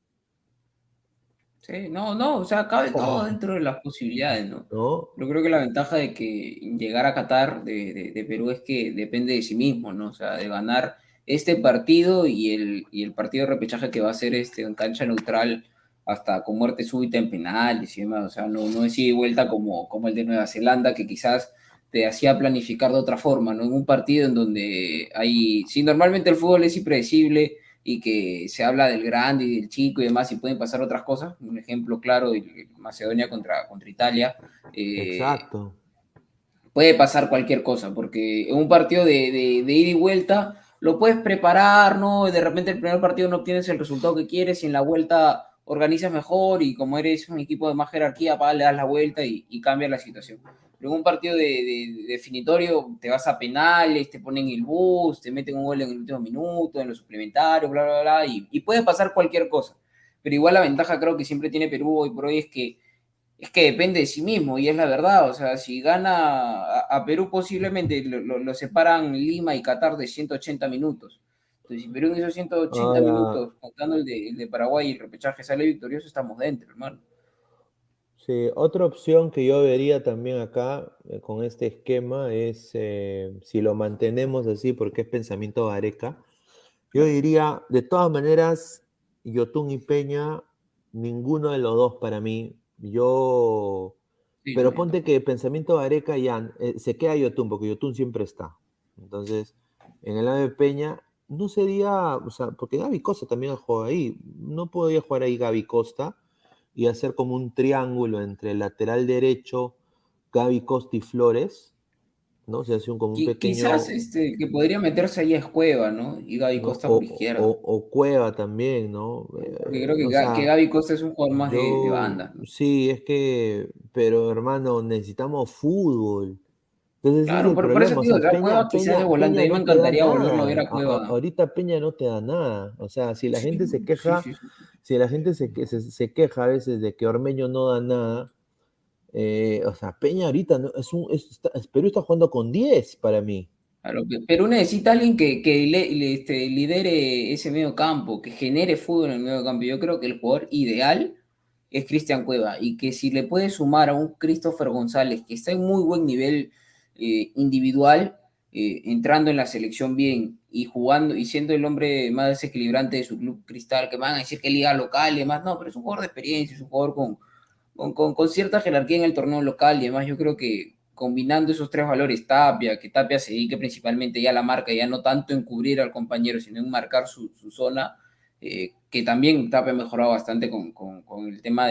Sí, no, o sea, cabe todo dentro de las posibilidades, ¿no? ¿No? Yo creo que la ventaja de que llegar a Qatar de Perú es que depende de sí mismo, ¿no? O sea, de ganar este partido y el partido de repechaje que va a ser en cancha neutral hasta con muerte súbita en penales y demás. O sea, no es ida y vuelta como el de Nueva Zelanda, que quizás te hacía planificar de otra forma, ¿no? En un partido en donde hay, sí, normalmente el fútbol es impredecible y que se habla del grande y del chico y demás, y pueden pasar otras cosas. Un ejemplo claro, Macedonia contra Italia. Exacto. Puede pasar cualquier cosa, porque en un partido de ida y vuelta lo puedes preparar, ¿no? De repente el primer partido no obtienes el resultado que quieres y en la vuelta organizas mejor y como eres un equipo de más jerarquía, le das la vuelta y cambia la situación. Pero en un partido de definitorio te vas a penales, te ponen el bus, te meten un gol en el último minuto, en los suplementarios, bla, bla, bla, y puede pasar cualquier cosa. Pero igual la ventaja creo que siempre tiene Perú hoy por hoy es que depende de sí mismo, y es la verdad. O sea, si gana a Perú, posiblemente lo separan Lima y Qatar de 180 minutos. Entonces, si Perú en esos 180 Ahora, minutos, contando el de Paraguay y el repechaje, sale victorioso, estamos dentro, hermano. sí, otra opción que yo vería también acá con este esquema es si lo mantenemos así, porque es pensamiento Gareca, yo Claro. diría, de todas maneras, Yotun y Peña, ninguno de los dos para mí. Yo, Sí, no, pero yo ponte tampoco. que pensamiento Gareca ya se queda Yotun, porque Yotun siempre está. Entonces, en el lado de Peña, no sería, o sea, porque Gaby Costa también juega ahí. No podía jugar ahí Gaby Costa y hacer como un triángulo entre el lateral derecho, Gaby Costa y Flores, ¿no? Se hace como un Quizás pequeño, que podría meterse ahí es Cueva, ¿no? Y Gaby ¿no? Costa por izquierda. O Cueva también, ¿no? Porque creo O que sea, Gaby Costa es un jugador más de yo, banda, ¿no? sí, es que, pero hermano, necesitamos fútbol. Entonces ese es Claro, el por eso problema. te O digo, sea, o sea, Cueva quizás de volante. A Peña mí me no te da encantaría volverlo a ver nada. a Cueva. Ahorita Peña no te da nada. O sea, si la Sí, gente se sí, queja, sí, sí. si la gente se queja a veces de que Ormeño no da nada, o sea, Peña ahorita no, Perú está jugando con 10 para mí. Claro, Perú necesita alguien que lidere ese medio campo, que genere fútbol en el medio campo. Yo creo que el jugador ideal es Cristian Cueva y que si le puede sumar a un Christopher González que está en muy buen nivel individual, entrando en la selección bien y jugando y siendo el hombre más desequilibrante de su club Cristal, que van a decir que liga local y demás, no, pero es un jugador de experiencia, es un jugador con cierta jerarquía en el torneo local y además yo creo que combinando esos tres valores, que Tapia se dedique principalmente ya a la marca, ya no tanto en cubrir al compañero, sino en marcar su zona, que también Tapia ha mejorado bastante con el tema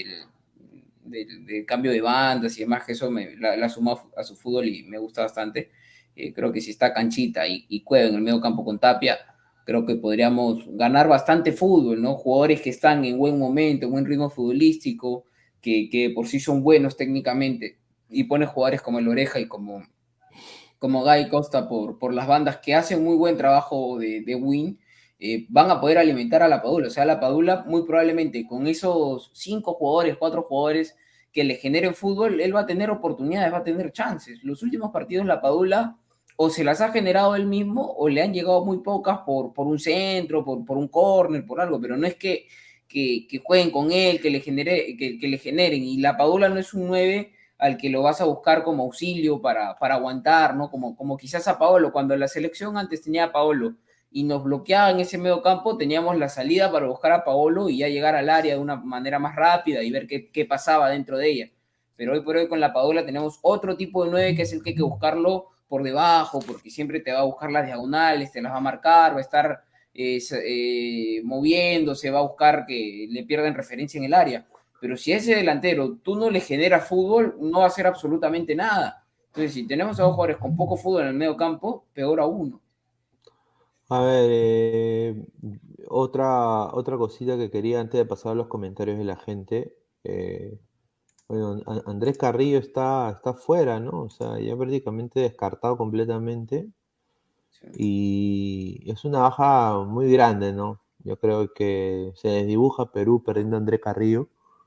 del cambio de bandas y demás, que eso la suma a su fútbol y me gusta bastante. Creo que si está Canchita y Cueva en el medio campo con Tapia, creo que podríamos ganar bastante fútbol, ¿no? Jugadores que están en buen momento, en buen ritmo futbolístico, que por sí son buenos técnicamente, y pone jugadores como el Oreja y como Guy Costa por las bandas que hacen muy buen trabajo de win, van a poder alimentar a la Padula. O sea, la Padula muy probablemente con esos 5 jugadores, 4 jugadores que le generen fútbol, él va a tener oportunidades, va a tener chances. Los últimos partidos la Padula o se las ha generado él mismo o le han llegado muy pocas por un centro, por un córner, por algo, pero no es que jueguen con él, que le generen. Y la Padula no es un 9 al que lo vas a buscar como auxilio para aguantar, ¿no? Como quizás a Paolo, cuando la selección antes tenía a Paolo y nos bloqueaba en ese medio campo, teníamos la salida para buscar a Paolo y ya llegar al área de una manera más rápida y ver qué pasaba dentro de ella. Pero hoy por hoy con la Padula tenemos otro tipo de 9 que es el que hay que buscarlo por debajo, porque siempre te va a buscar las diagonales, te las va a marcar, va a estar moviéndose, va a buscar que le pierdan referencia en el área. Pero si a ese delantero tú no le generas fútbol, no va a hacer absolutamente nada. Entonces, si tenemos a dos jugadores con poco fútbol en el medio campo, peor aún. A ver, otra cosita que quería antes de pasar a los comentarios de la gente. Bueno, Andrés Carrillo está fuera, ¿no? O sea, ya prácticamente descartado completamente. Sí. Y es una baja muy grande, ¿no? Yo creo que se desdibuja Perú perdiendo a Andrés Carrillo.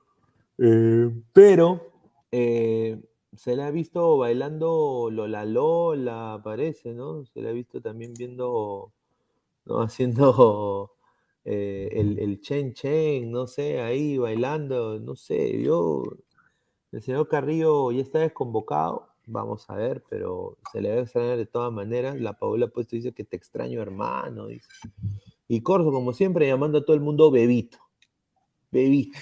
Pero se le ha visto bailando Lola Lola, parece, ¿no? Se le ha visto también viendo, ¿no? Haciendo el Chen Chen, no sé, ahí bailando, no sé, el señor Carrillo ya está desconvocado, vamos a ver, pero se le va a extrañar de todas maneras. La Paula puesto dice que te extraño, hermano, dice. Y Corso, como siempre, llamando a todo el mundo bebito. Bebito.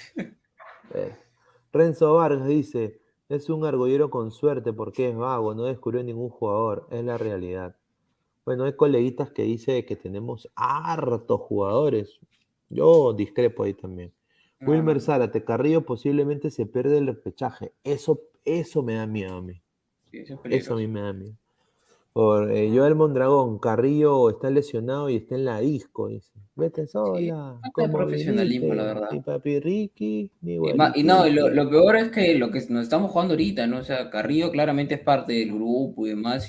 Renzo Vargas dice, es un argollero con suerte porque es vago, no descubrió ningún jugador, es la realidad. Bueno, hay coleguitas que dice que tenemos hartos jugadores. Yo discrepo ahí también. Wilmer Zárate, Carrillo posiblemente se pierde el repechaje. Eso me da miedo a mí. Sí, eso es Eso a peligroso. mí me da miedo. Por Joel Mondragón, Carrillo está lesionado y está en la disco, dice. Vete sola, Falta de ¿cómo profesionalismo, la viniste? verdad. Ni papi Ricky, ni Y no, Guariquito. lo peor es que lo que nos estamos jugando ahorita, ¿no? O sea, Carrillo claramente es parte del grupo y demás,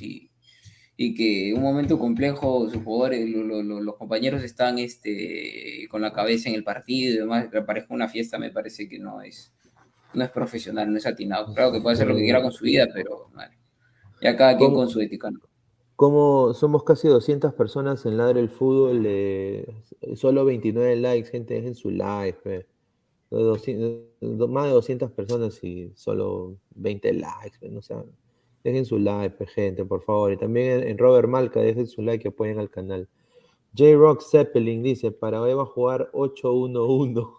y que en un momento complejo sus jugadores, los compañeros están con la cabeza en el partido y demás, que parezca una fiesta, me parece que no es profesional, no es atinado. Claro que puede hacer lo que quiera con su vida, pero bueno, ya cada quien con ¿Cómo, su ética, ¿no? cómo somos casi 200 personas en Ladre el Fútbol? Solo 29 likes, gente, dejen su like. 200 más de 200 personas y solo 20 likes. No sé, dejen su like, gente, por favor. Y también en Robert Malca, dejen su like y apoyen al canal. J-Rock Zeppelin dice, Paraguay va a jugar 8-1-1.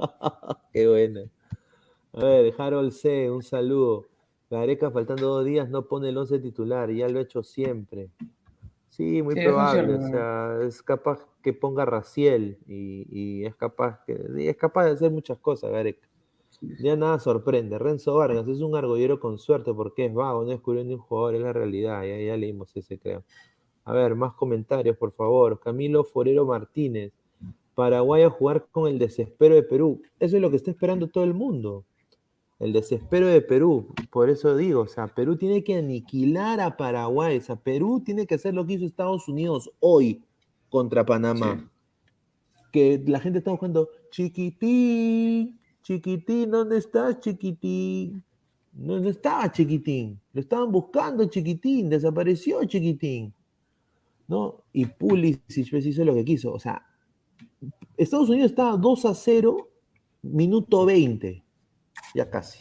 Qué buena. A ver, Harold C., un saludo. Gareca faltando 2 días no pone el 11 titular, ya lo ha hecho siempre. Sí, muy Sí, eso es probable, cierto. o sea, es capaz que ponga Raciel y es capaz de hacer muchas cosas, Gareca. Ya nada sorprende. Renzo Vargas es un argollero con suerte porque es vago, no descubrió ni un jugador, es la realidad, ya leímos ese, creo. A ver, más comentarios, por favor. Camilo Forero Martínez. Paraguay a jugar con el desespero de Perú. Eso es lo que está esperando todo el mundo. El desespero de Perú. Por eso digo, o sea, Perú tiene que aniquilar a Paraguay. O sea, Perú tiene que hacer lo que hizo Estados Unidos hoy contra Panamá. Sí. Que la gente está buscando, chiquitín, chiquitín, ¿dónde estás, chiquitín? No, no estaba chiquitín. Lo estaban buscando, chiquitín. Desapareció, chiquitín. ¿No? Y Pulisic pues, hizo lo que quiso. O sea, Estados Unidos estaba 2-0, minuto 20, ya casi.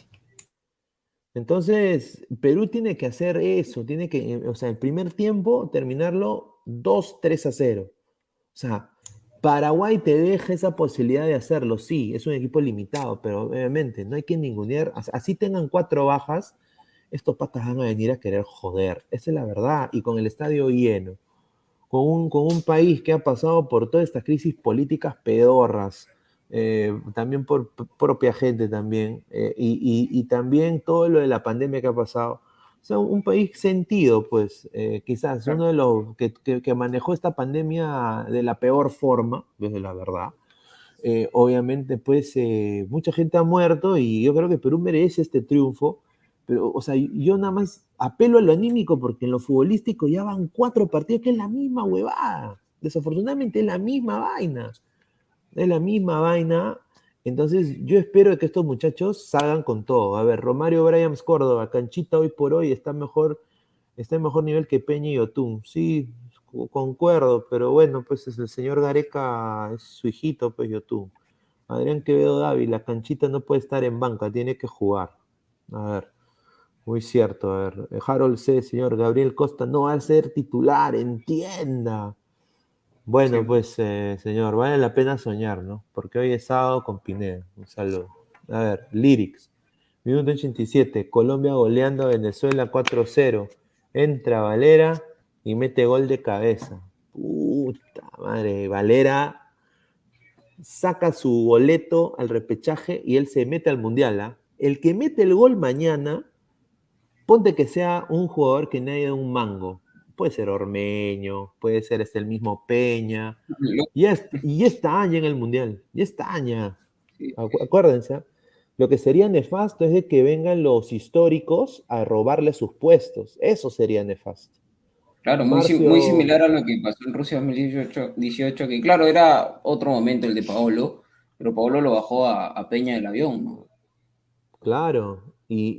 Entonces, Perú tiene que hacer eso, tiene que, o sea, el primer tiempo terminarlo 2-3-0. O sea, Paraguay te deja esa posibilidad de hacerlo, sí, es un equipo limitado, pero obviamente no hay que ningunear, así tengan 4 bajas, estos patas van a venir a querer joder, esa es la verdad, y con el estadio lleno. Con un país que ha pasado por todas estas crisis políticas pedorras, también por propia gente también, y también todo lo de la pandemia que ha pasado. O sea, un país sentido, pues, quizás uno de los que manejó esta pandemia de la peor forma, desde la verdad. Obviamente, pues, mucha gente ha muerto y yo creo que Perú merece este triunfo. Pero, o sea, yo nada más apelo a lo anímico porque en lo futbolístico ya van 4 partidos que es la misma huevada. Desafortunadamente es la misma vaina. Es la misma vaina. Entonces, yo espero que estos muchachos salgan con todo. A ver, Romario Bryans Córdoba, Canchita hoy por hoy está en mejor nivel que Peña y Otún. Sí, concuerdo, pero bueno, pues el señor Gareca es su hijito, pues Yotún. Adrián Quevedo Dávila, Canchita no puede estar en banca, tiene que jugar. A ver. Muy cierto. A ver, Harold C., señor Gabriel Costa, no va a ser titular, entienda. Sí, Bueno, pues, señor, vale la pena soñar, ¿no? Porque hoy es sábado con Pineda. Un saludo. A ver, Lyrics. Minuto 87. Colombia goleando a Venezuela 4-0. Entra Valera y mete gol de cabeza. Puta madre. Valera saca su boleto al repechaje y él se mete al mundial, ¿ah? El que mete el gol mañana, ponte que sea un jugador que nadie da un mango. Puede ser Ormeño, puede ser el mismo Peña. Y ya está ya en el mundial. Ya está ya. sí. Acuérdense, ¿ah? Lo que sería nefasto es de que vengan los históricos a robarle sus puestos. Eso sería nefasto. Claro, muy Marcio, similar a lo que pasó en Rusia 2018, que claro, era otro momento el de Paolo, pero Paolo lo bajó a Peña del avión, ¿no? claro.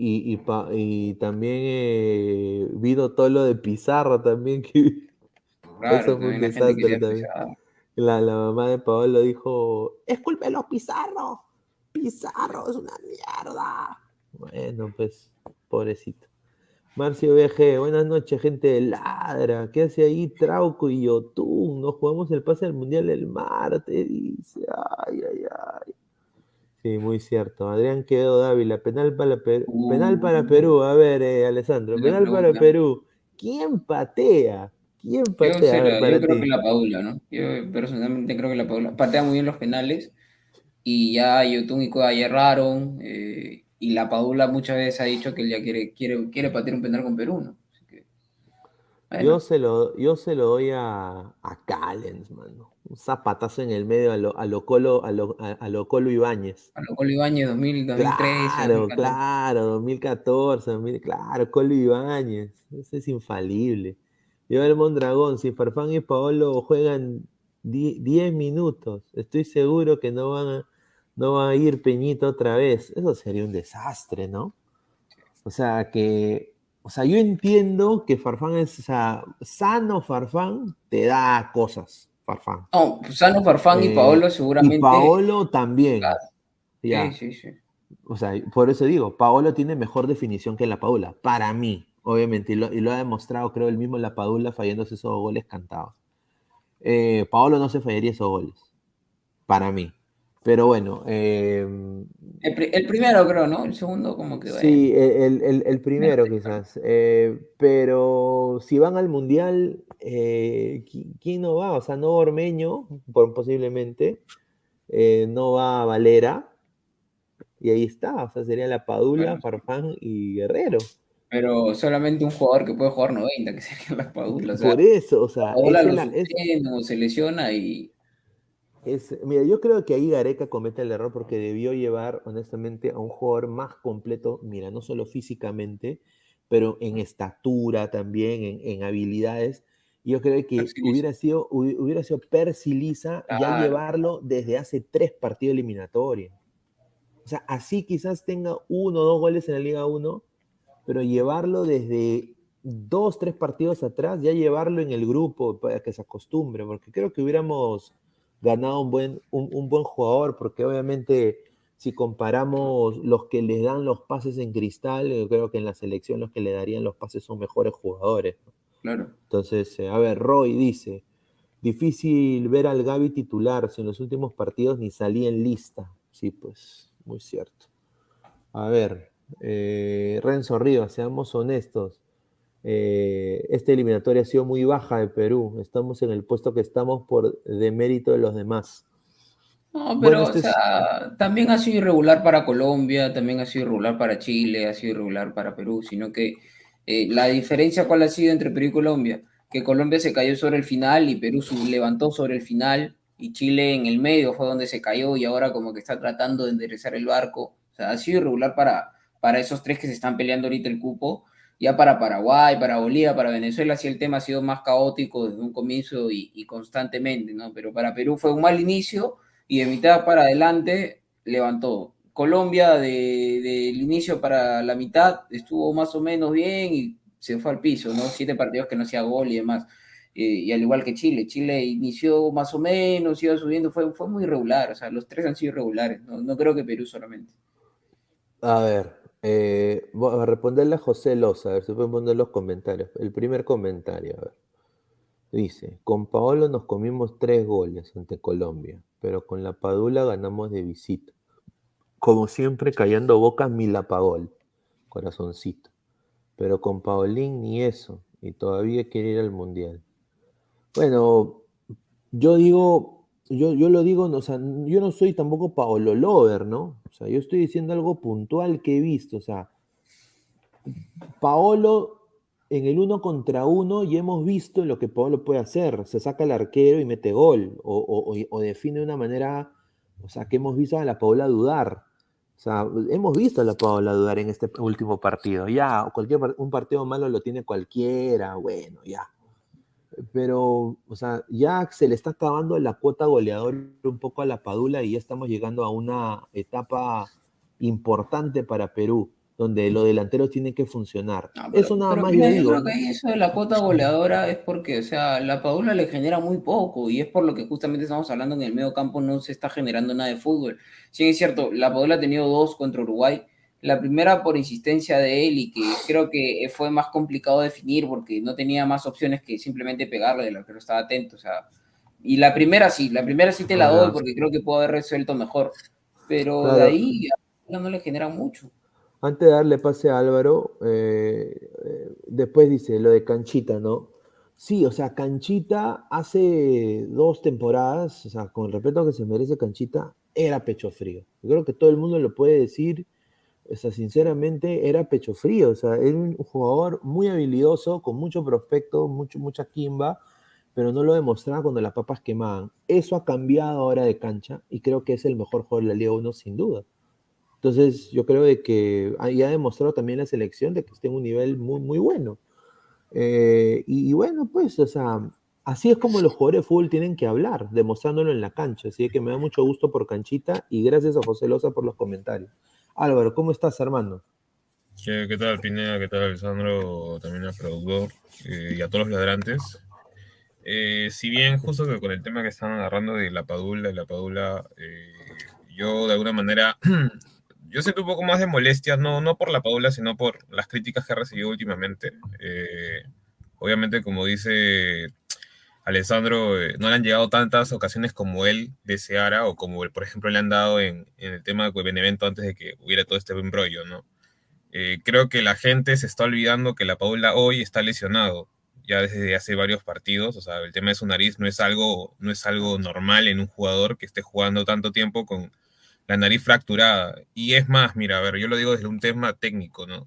Y también vino todo lo de Pizarro también, que Claro, eso fue un también la gente desastre quería también. pesar. La mamá de Paolo dijo, es culpa de los Pizarro. Pizarro es una mierda. Bueno, pues, pobrecito. Marcio BG, buenas noches, gente de Ladra. ¿Qué hace ahí Trauco y Yotun? Nos jugamos el pase al mundial el martes, dice. Ay, ay, ay. Sí, muy cierto. Adrián Quedo Dávila, penal para Uh, Perú. A ver, Alessandro, Buena penal para pregunta. Perú. ¿Quién patea? ¿Quién patea? A ver, Yo para creo que ti. la Padula, ¿no? Yo personalmente creo que la Padula patea muy bien los penales y ya Yotun y Cueva ya erraron y la Padula muchas veces ha dicho que él ya quiere patear un penal con Perú, ¿no? Así que, bueno, Yo se lo doy a Callens, mano. Un zapatazo en el medio a lo Colo, a lo Colo Ibáñez. a lo Colo Ibáñez 2013, Claro, 2014. claro, 2014, claro, Colo Ibáñez, ese es infalible. Yo el Mondragón, si Farfán y Paolo juegan 10 minutos, estoy seguro que no va a ir Peñita otra vez. Eso sería un desastre, ¿no? O sea, yo entiendo que Farfán es, o sea, sano Farfán te da cosas, Farfán. No, Sano, Farfán y Paolo Y seguramente, Paolo también, claro, sí, ya. sí, sí. O sea, por eso digo, Paolo tiene mejor definición que la Padula, para mí, obviamente, y lo ha demostrado, creo, él mismo en la Padula fallándose esos goles cantados. Paolo no se fallaría esos goles, para mí. Pero bueno, El primero creo, ¿no? El segundo como que bueno. sí, el Menos primero temprano. quizás. Pero si van al Mundial, ¿quién no va? O sea, no va Ormeño, posiblemente, no va Valera, y ahí está, o sea, sería la Padula, Bueno, sí. Farfán y Guerrero. Pero solamente un jugador que puede jugar 90 que sería la Padula. O sea, Por eso, o la sea, Padula lo suspende o se lesiona y mira, yo creo que ahí Gareca comete el error porque debió llevar, honestamente, a un jugador más completo, mira, no solo físicamente, pero en estatura también, en habilidades. Yo creo que Percibido. hubiera sido Percy Liza ya Claro, llevarlo desde hace 3 partidos eliminatorios. O sea, así quizás tenga 1 o 2 goles en la Liga 1, pero llevarlo desde 2, 3 partidos atrás, ya llevarlo en el grupo para que se acostumbre, porque creo que hubiéramos ganado un buen jugador, porque obviamente si comparamos los que les dan los pases en Cristal, yo creo que en la selección los que le darían los pases son mejores jugadores, ¿no? claro. Entonces, a ver, Roy dice, difícil ver al Gaby titular, si en los últimos partidos ni salía en lista. Sí, pues, muy cierto. A ver, Renzo Rivas, seamos honestos. Esta eliminatoria ha sido muy baja de Perú. Estamos en el puesto que estamos por demérito de los demás. No, Bueno, pero, o este es. sea, también ha sido irregular para Colombia, también ha sido irregular para Chile, ha sido irregular para Perú, sino que la diferencia, ¿cuál ha sido entre Perú y Colombia? Que Colombia se cayó sobre el final y Perú se levantó sobre el final y Chile en el medio fue donde se cayó y ahora como que está tratando de enderezar el barco. O sea, ha sido irregular para esos tres que se están peleando ahorita el cupo. Ya para Paraguay, para Bolivia, para Venezuela, sí el tema ha sido más caótico desde un comienzo y constantemente, ¿no? Pero para Perú fue un mal inicio y de mitad para adelante levantó. Colombia del inicio para la mitad estuvo más o menos bien y se fue al piso, ¿no? 7 partidos que no hacía gol y demás. Y al igual que Chile inició más o menos, iba subiendo, fue muy irregular, o sea, los tres han sido irregulares, no creo que Perú solamente. A ver, Voy a responderle a José Loza, a ver si pueden poner los comentarios. El primer comentario, a ver. Dice, con Paolo nos comimos 3 goles ante Colombia, pero con la Padula ganamos de visita. Como siempre, callando bocas, Milapagol, corazoncito. Pero con Paolín ni eso, y todavía quiere ir al Mundial. Bueno, yo digo, yo lo digo, o sea, yo no soy tampoco Paolo Lover, ¿no? O sea, yo estoy diciendo algo puntual que he visto, o sea, Paolo en el 1 contra 1 y hemos visto lo que Paolo puede hacer, se saca el arquero y mete gol, o define de una manera, o sea, que hemos visto a la Paola dudar. O sea, hemos visto a la Paola dudar en este último partido. Ya, un partido malo lo tiene cualquiera, bueno, ya. Pero, o sea, ya se le está acabando la cuota goleador un poco a la Padula y ya estamos llegando a una etapa importante para Perú, donde los delanteros tienen que funcionar. No, Eso nada pero más yo mira, yo digo, creo que ¿no? ahí eso de la cuota goleadora es porque, o sea, la Padula le genera muy poco y es por lo que justamente estamos hablando que en el medio campo no se está generando nada de fútbol. Sí, es cierto, la Padula ha tenido 2 contra Uruguay. La primera por insistencia de él y que creo que fue más complicado definir porque no tenía más opciones que simplemente pegarle, el arquero estaba atento, o sea. Y la primera sí te la Ah, doy ya. porque creo que puedo haber resuelto mejor, pero de Claro, ahí a la Padula no le genera mucho. antes de darle pase a Álvaro, después dice lo de Canchita, ¿no? Sí, o sea, Canchita hace 2 temporadas, o sea, con el respeto que se merece Canchita, era pecho frío. Yo creo que todo el mundo lo puede decir, o sea, sinceramente era pecho frío, o sea, era un jugador muy habilidoso, con mucho prospecto, mucha quimba, pero no lo demostraba cuando las papas quemaban. Eso ha cambiado ahora de cancha y creo que es el mejor jugador de la Liga 1 sin duda. Entonces, yo creo de que ya ha demostrado también la selección de que está en un nivel muy, muy bueno. Y bueno, pues, o sea, así es como los jugadores de fútbol tienen que hablar, demostrándolo en la cancha. Así que me da mucho gusto por Canchita y gracias a José Loza por los comentarios. Álvaro, ¿cómo estás, hermano? ¿Qué tal, Pineda? ¿Qué tal, Alessandro? También al productor y a todos los ladrantes. Si bien justo que con el tema que están agarrando de la Padula, yo de alguna manera, yo siento un poco más de molestia, no por la Padula, sino por las críticas que ha recibido últimamente. Obviamente, como dice Alessandro, no le han llegado tantas ocasiones como él deseara o como, por ejemplo, le han dado en el tema de Benevento antes de que hubiera todo este embrollo, ¿no? Creo que la gente se está olvidando que la Paula hoy está lesionado ya desde hace varios partidos. O sea, el tema de su nariz no es algo normal en un jugador que esté jugando tanto tiempo con la nariz fracturada. Y es más, mira, a ver, yo lo digo desde un tema técnico, ¿no?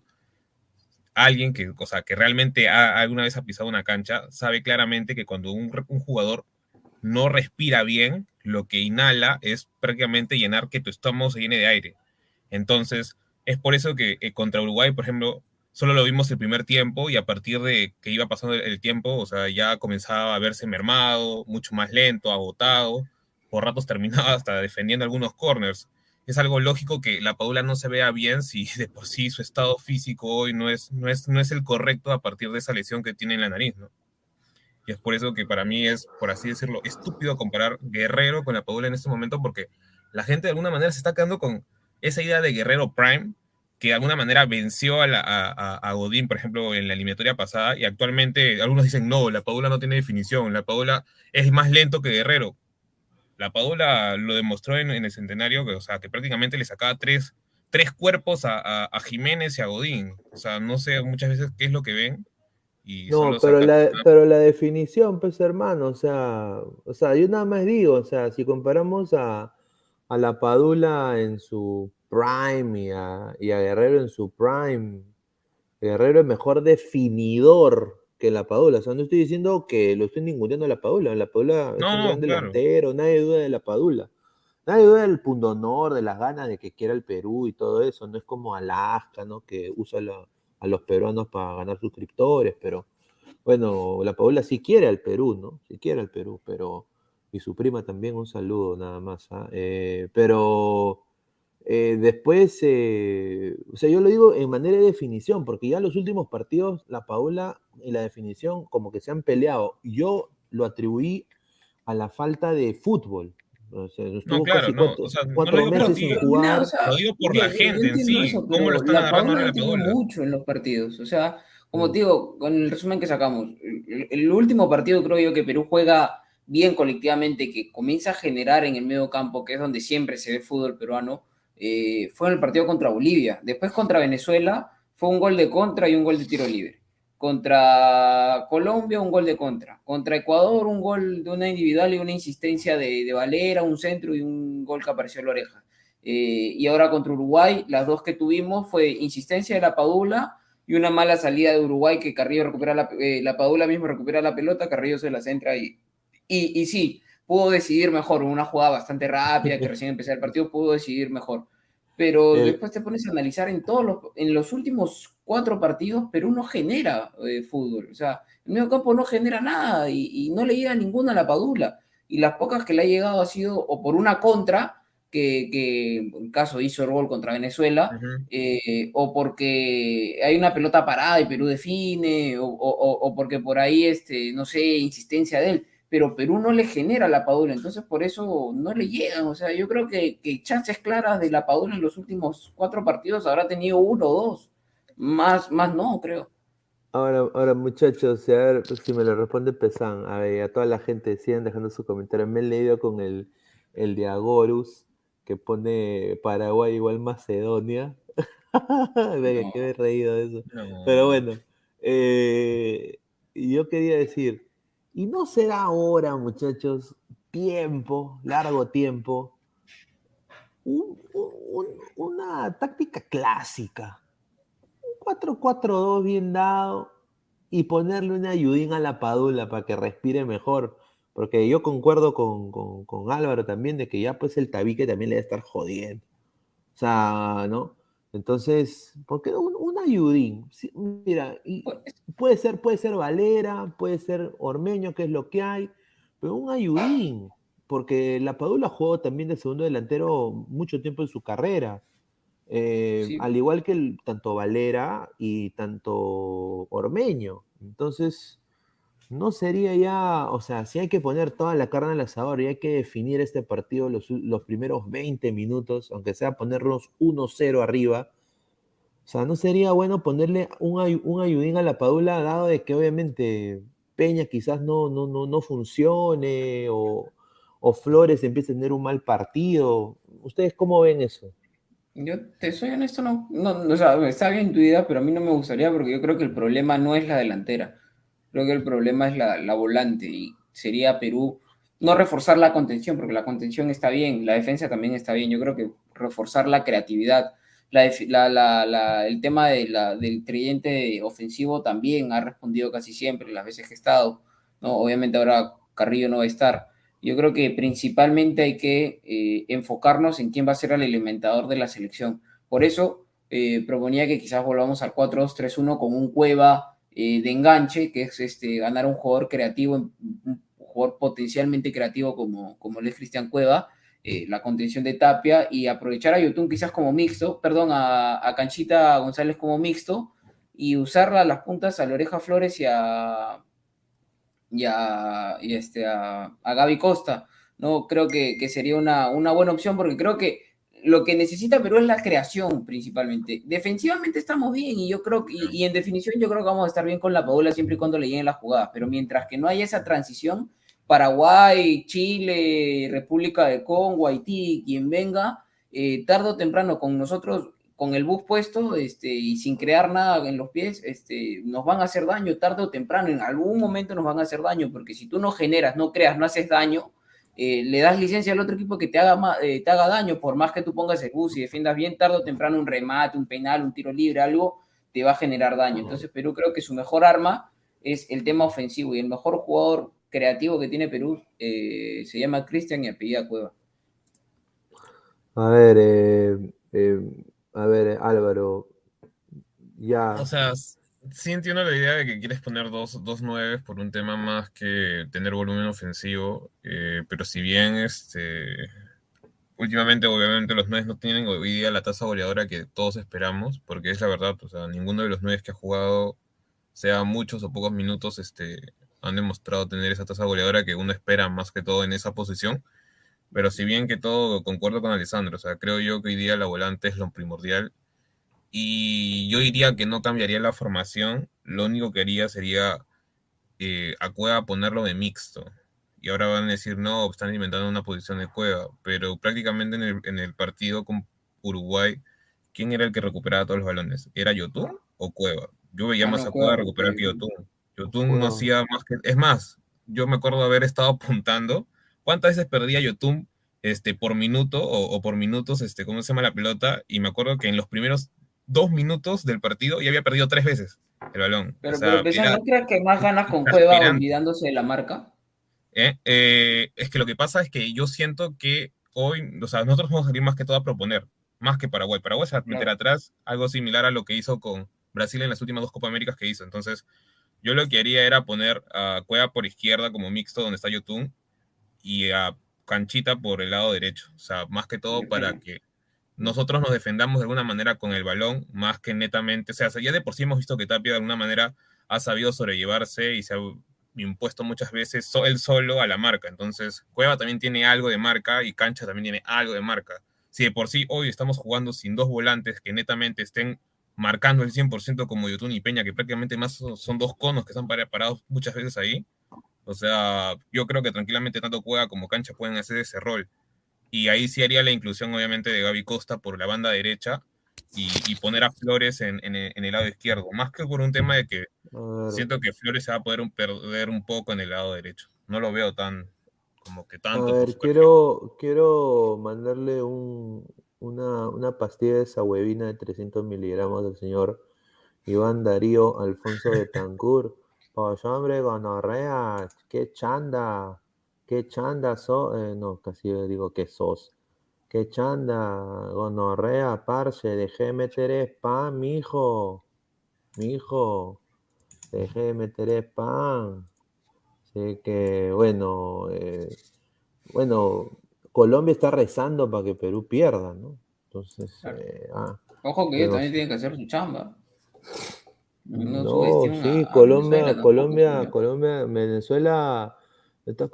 Alguien que, o sea, que realmente alguna vez ha pisado una cancha sabe claramente que cuando un jugador no respira bien, lo que inhala es prácticamente llenar que tu estómago se llene de aire. Entonces, es por eso que contra Uruguay, por ejemplo, solo lo vimos el primer tiempo y a partir de que iba pasando el tiempo, o sea, ya comenzaba a verse mermado, mucho más lento, agotado, por ratos terminaba hasta defendiendo algunos corners. Es algo lógico que la Padula no se vea bien si de por sí su estado físico hoy no es el correcto a partir de esa lesión que tiene en la nariz, ¿no? Y es por eso que para mí es, por así decirlo, estúpido comparar Guerrero con la Padula en este momento, porque la gente de alguna manera se está quedando con esa idea de Guerrero Prime, que de alguna manera venció a Godín, por ejemplo, en la eliminatoria pasada, y actualmente algunos dicen, no, la Padula no tiene definición, la Padula es más lento que Guerrero. La Padula lo demostró en el centenario, que, o sea, que prácticamente le sacaba tres cuerpos a Jiménez y a Godín. O sea, no sé muchas veces qué es lo que ven y No, solo sacan. pero la definición, pues hermano, o sea, yo nada más digo, o sea, si comparamos a la Padula en su prime y a Guerrero en su prime, Guerrero es mejor definidor que la Padula. O sea, no estoy diciendo que lo estoy ninguneando a la Padula es No, un no, gran claro. delantero, nadie duda de la Padula. Nadie duda del pundonor, de las ganas de que quiera el Perú y todo eso. No es como Alaska, ¿no? Que usa a los peruanos para ganar suscriptores, pero bueno, la Paola sí quiere al Perú, ¿no? Sí quiere al Perú, pero. Y su prima también, un saludo nada más. ¿Ah? Pero después, o sea, yo lo digo en manera de definición, porque ya los últimos partidos, la Paola y la definición como que se han peleado. Yo lo atribuí a la falta de fútbol, O sea, No, estuvo claro, casi no, o sea, no lo 4 digo por meses ti, sin Mira, o jugar. sea, lo digo por yo, la yo gente en entiendo sí, eso, cómo lo pero están la agarrando ahora Padula la tiene Padula. mucho en los partidos. O sea, como Mm. te digo, con el resumen que sacamos, el último partido creo yo que Perú juega bien colectivamente, que comienza a generar en el medio campo, que es donde siempre se ve fútbol peruano, fue en el partido contra Bolivia. Después contra Venezuela fue un gol de contra y un gol de tiro libre. Contra Colombia, un gol de contra. Contra Ecuador, un gol de una individual y una insistencia de Valera, un centro y un gol que apareció en la oreja. Y ahora contra Uruguay, las dos que tuvimos fue insistencia de la Padula y una mala salida de Uruguay que Carrillo recupera la Padula mismo recupera la pelota, Carrillo se la centra y sí, pudo decidir mejor, una jugada bastante rápida que recién empezó el partido, pudo decidir mejor. Pero El, después te pones a analizar en los últimos 4 partidos, Perú no genera fútbol. O sea, el medio campo no genera nada y no le llega ninguna a la Padula. Y las pocas que le ha llegado ha sido o por una contra, que en caso hizo el gol contra Venezuela, Ujú. o porque hay una pelota parada y Perú define, o porque por ahí, no sé, insistencia de él, pero Perú no le genera la Padula, entonces por eso no le llegan. O sea, yo creo que chances claras de la Padula en los últimos 4 partidos habrá tenido uno o dos, más no, creo. ahora, muchachos, a ver si me lo responde Pesan. A ver, a toda la gente, sigan dejando sus comentarios. Me he leído con el de Agorus, que pone Paraguay igual Macedonia. Venga, que me he No, reído de eso. Pero No. bueno, eh, yo quería decir, ¿y no será ahora, muchachos, largo tiempo, una táctica clásica? 4-4-2 bien dado y ponerle una ayudín a la Padula para que respire mejor. Porque yo concuerdo con Álvaro también de que ya pues el tabique también le debe estar jodiendo. O sea, ¿no? Entonces, ¿por qué no un ayudín? Sí, mira, y pues, puede ser Valera, puede ser Ormeño, que es lo que hay, pero un ayudín, porque la Padula jugó también de segundo delantero mucho tiempo en su carrera. sí, Al igual que tanto Valera y tanto Ormeño. Entonces, no sería ya, o sea, si hay que poner toda la carne al asador y hay que definir este partido los primeros 20 minutos, aunque sea ponerlos 1-0 arriba, o sea, no sería bueno ponerle un ayudín a la Padula, dado de que obviamente Peña quizás no funcione o Flores empiece a tener un mal partido. ¿Ustedes cómo ven eso? yo te soy honesto, no, o sea, está bien tu idea, pero a mí no me gustaría porque yo creo que el problema no es la delantera. Creo que el problema es la volante y sería Perú no reforzar la contención, porque la contención está bien, la defensa también está bien. Yo creo que reforzar la creatividad, el tema del tridente ofensivo también ha respondido casi siempre, las veces que he estado, ¿no? Obviamente ahora Carrillo no va a estar. Yo creo que principalmente hay que enfocarnos en quién va a ser el alimentador de la selección. Por eso proponía que quizás volvamos al 4-2-3-1 con un Cueva de enganche, que es ganar un jugador creativo, un jugador potencialmente creativo como el es Cristian Cueva, la contención de Tapia y aprovechar a Yotun quizás como mixto, perdón, a Canchita González como mixto y usarla a las puntas a la Oreja Flores a Gaby Costa. ¿No? Creo que sería una buena opción porque creo que lo que necesita Perú es la creación principalmente. Defensivamente estamos bien y yo creo y en definición yo creo que vamos a estar bien con la Padula siempre y cuando le lleguen las jugadas, pero mientras que no haya esa transición, Paraguay, Chile, República de Congo, Haití, quien venga, tarde o temprano con nosotros, con el bus puesto y sin crear nada en los pies, nos van a hacer daño tarde o temprano, en algún momento nos van a hacer daño, porque si tú no generas, no creas, no haces daño, le das licencia al otro equipo que te haga daño, por más que tú pongas el bus y defiendas bien, tarde o temprano un remate, un penal, un tiro libre, algo, te va a generar daño. Entonces Perú creo que su mejor arma es el tema ofensivo y el mejor jugador creativo que tiene Perú se llama Cristian y apellida Cueva. A ver, Álvaro, O ya. sea, sí entiendo la idea de que quieres poner dos nueves por un tema más que tener volumen ofensivo, pero si bien últimamente obviamente los nueves no tienen hoy día la tasa goleadora que todos esperamos, porque es la verdad, o sea, ninguno de los nueves que ha jugado, sea muchos o pocos minutos, han demostrado tener esa tasa goleadora que uno espera más que todo en esa posición. Pero si bien que todo concuerdo con Alessandro, o sea, creo yo que hoy día la volante es lo primordial y yo diría que no cambiaría la formación, lo único que haría sería a Cueva ponerlo de mixto. Y ahora van a decir, no, están inventando una posición de Cueva, pero prácticamente en el partido con Uruguay, ¿quién era el que recuperaba todos los balones? ¿Era Yotun o Cueva? Yo veía Ah, más no, a Cueva Cueva, recuperar que porque Yotun. Yotun no Cueva. hacía más que... Es más, yo me acuerdo de haber estado apuntando cuántas veces perdía Yotun por minuto o por minutos, ¿cómo se llama la pelota? Y me acuerdo que en los primeros 2 minutos del partido ya había perdido 3 veces el balón. O pero sea, pensar, era ¿no crees que más ganas con Cueva exasperante. olvidándose de la marca? Es que lo que pasa es que yo siento que hoy, o sea, nosotros vamos a salir más que todo a proponer, más que Paraguay. Paraguay se va a meter Claro. atrás, algo similar a lo que hizo con Brasil en las últimas 2 Copa Américas que hizo. Entonces, yo lo que haría era poner a Cueva por izquierda como mixto donde está Yotun y a Canchita por el lado derecho. O sea, más que todo para que nosotros nos defendamos de alguna manera con el balón, más que netamente, o sea, ya de por sí hemos visto que Tapia de alguna manera ha sabido sobrellevarse y se ha impuesto muchas veces él solo a la marca. Entonces, Cueva también tiene algo de marca y Cancha también tiene algo de marca. Si de por sí hoy estamos jugando sin dos volantes que netamente estén marcando el 100% como Yotun y Peña, que prácticamente más son dos conos que están parados muchas veces ahí. O sea, yo creo que tranquilamente tanto Cueva como Cancha pueden hacer ese rol. Y ahí sí haría la inclusión, obviamente, de Gaby Costa por la banda derecha y poner a Flores en el lado izquierdo. Más que por un tema de que A ver, siento que Flores se va a poder perder un poco en el lado derecho. No lo veo tan, como que a tanto por ver, su perfil. quiero mandarle una pastilla de sahuevina de 300 miligramos al señor Iván Darío Alfonso de Tancur. Pues hombre, gonorrea, qué chanda no, casi digo que sos. Qué chanda, gonorrea, parce, dejé de meter spam, mijo, dejé de meter spam. Así que, bueno, Colombia está rezando para que Perú pierda, ¿no? Entonces, Claro. Ojo que ellos pero también tienen que hacer su chamba. No no, subestimen sí, a Venezuela tampoco, señor. Venezuela está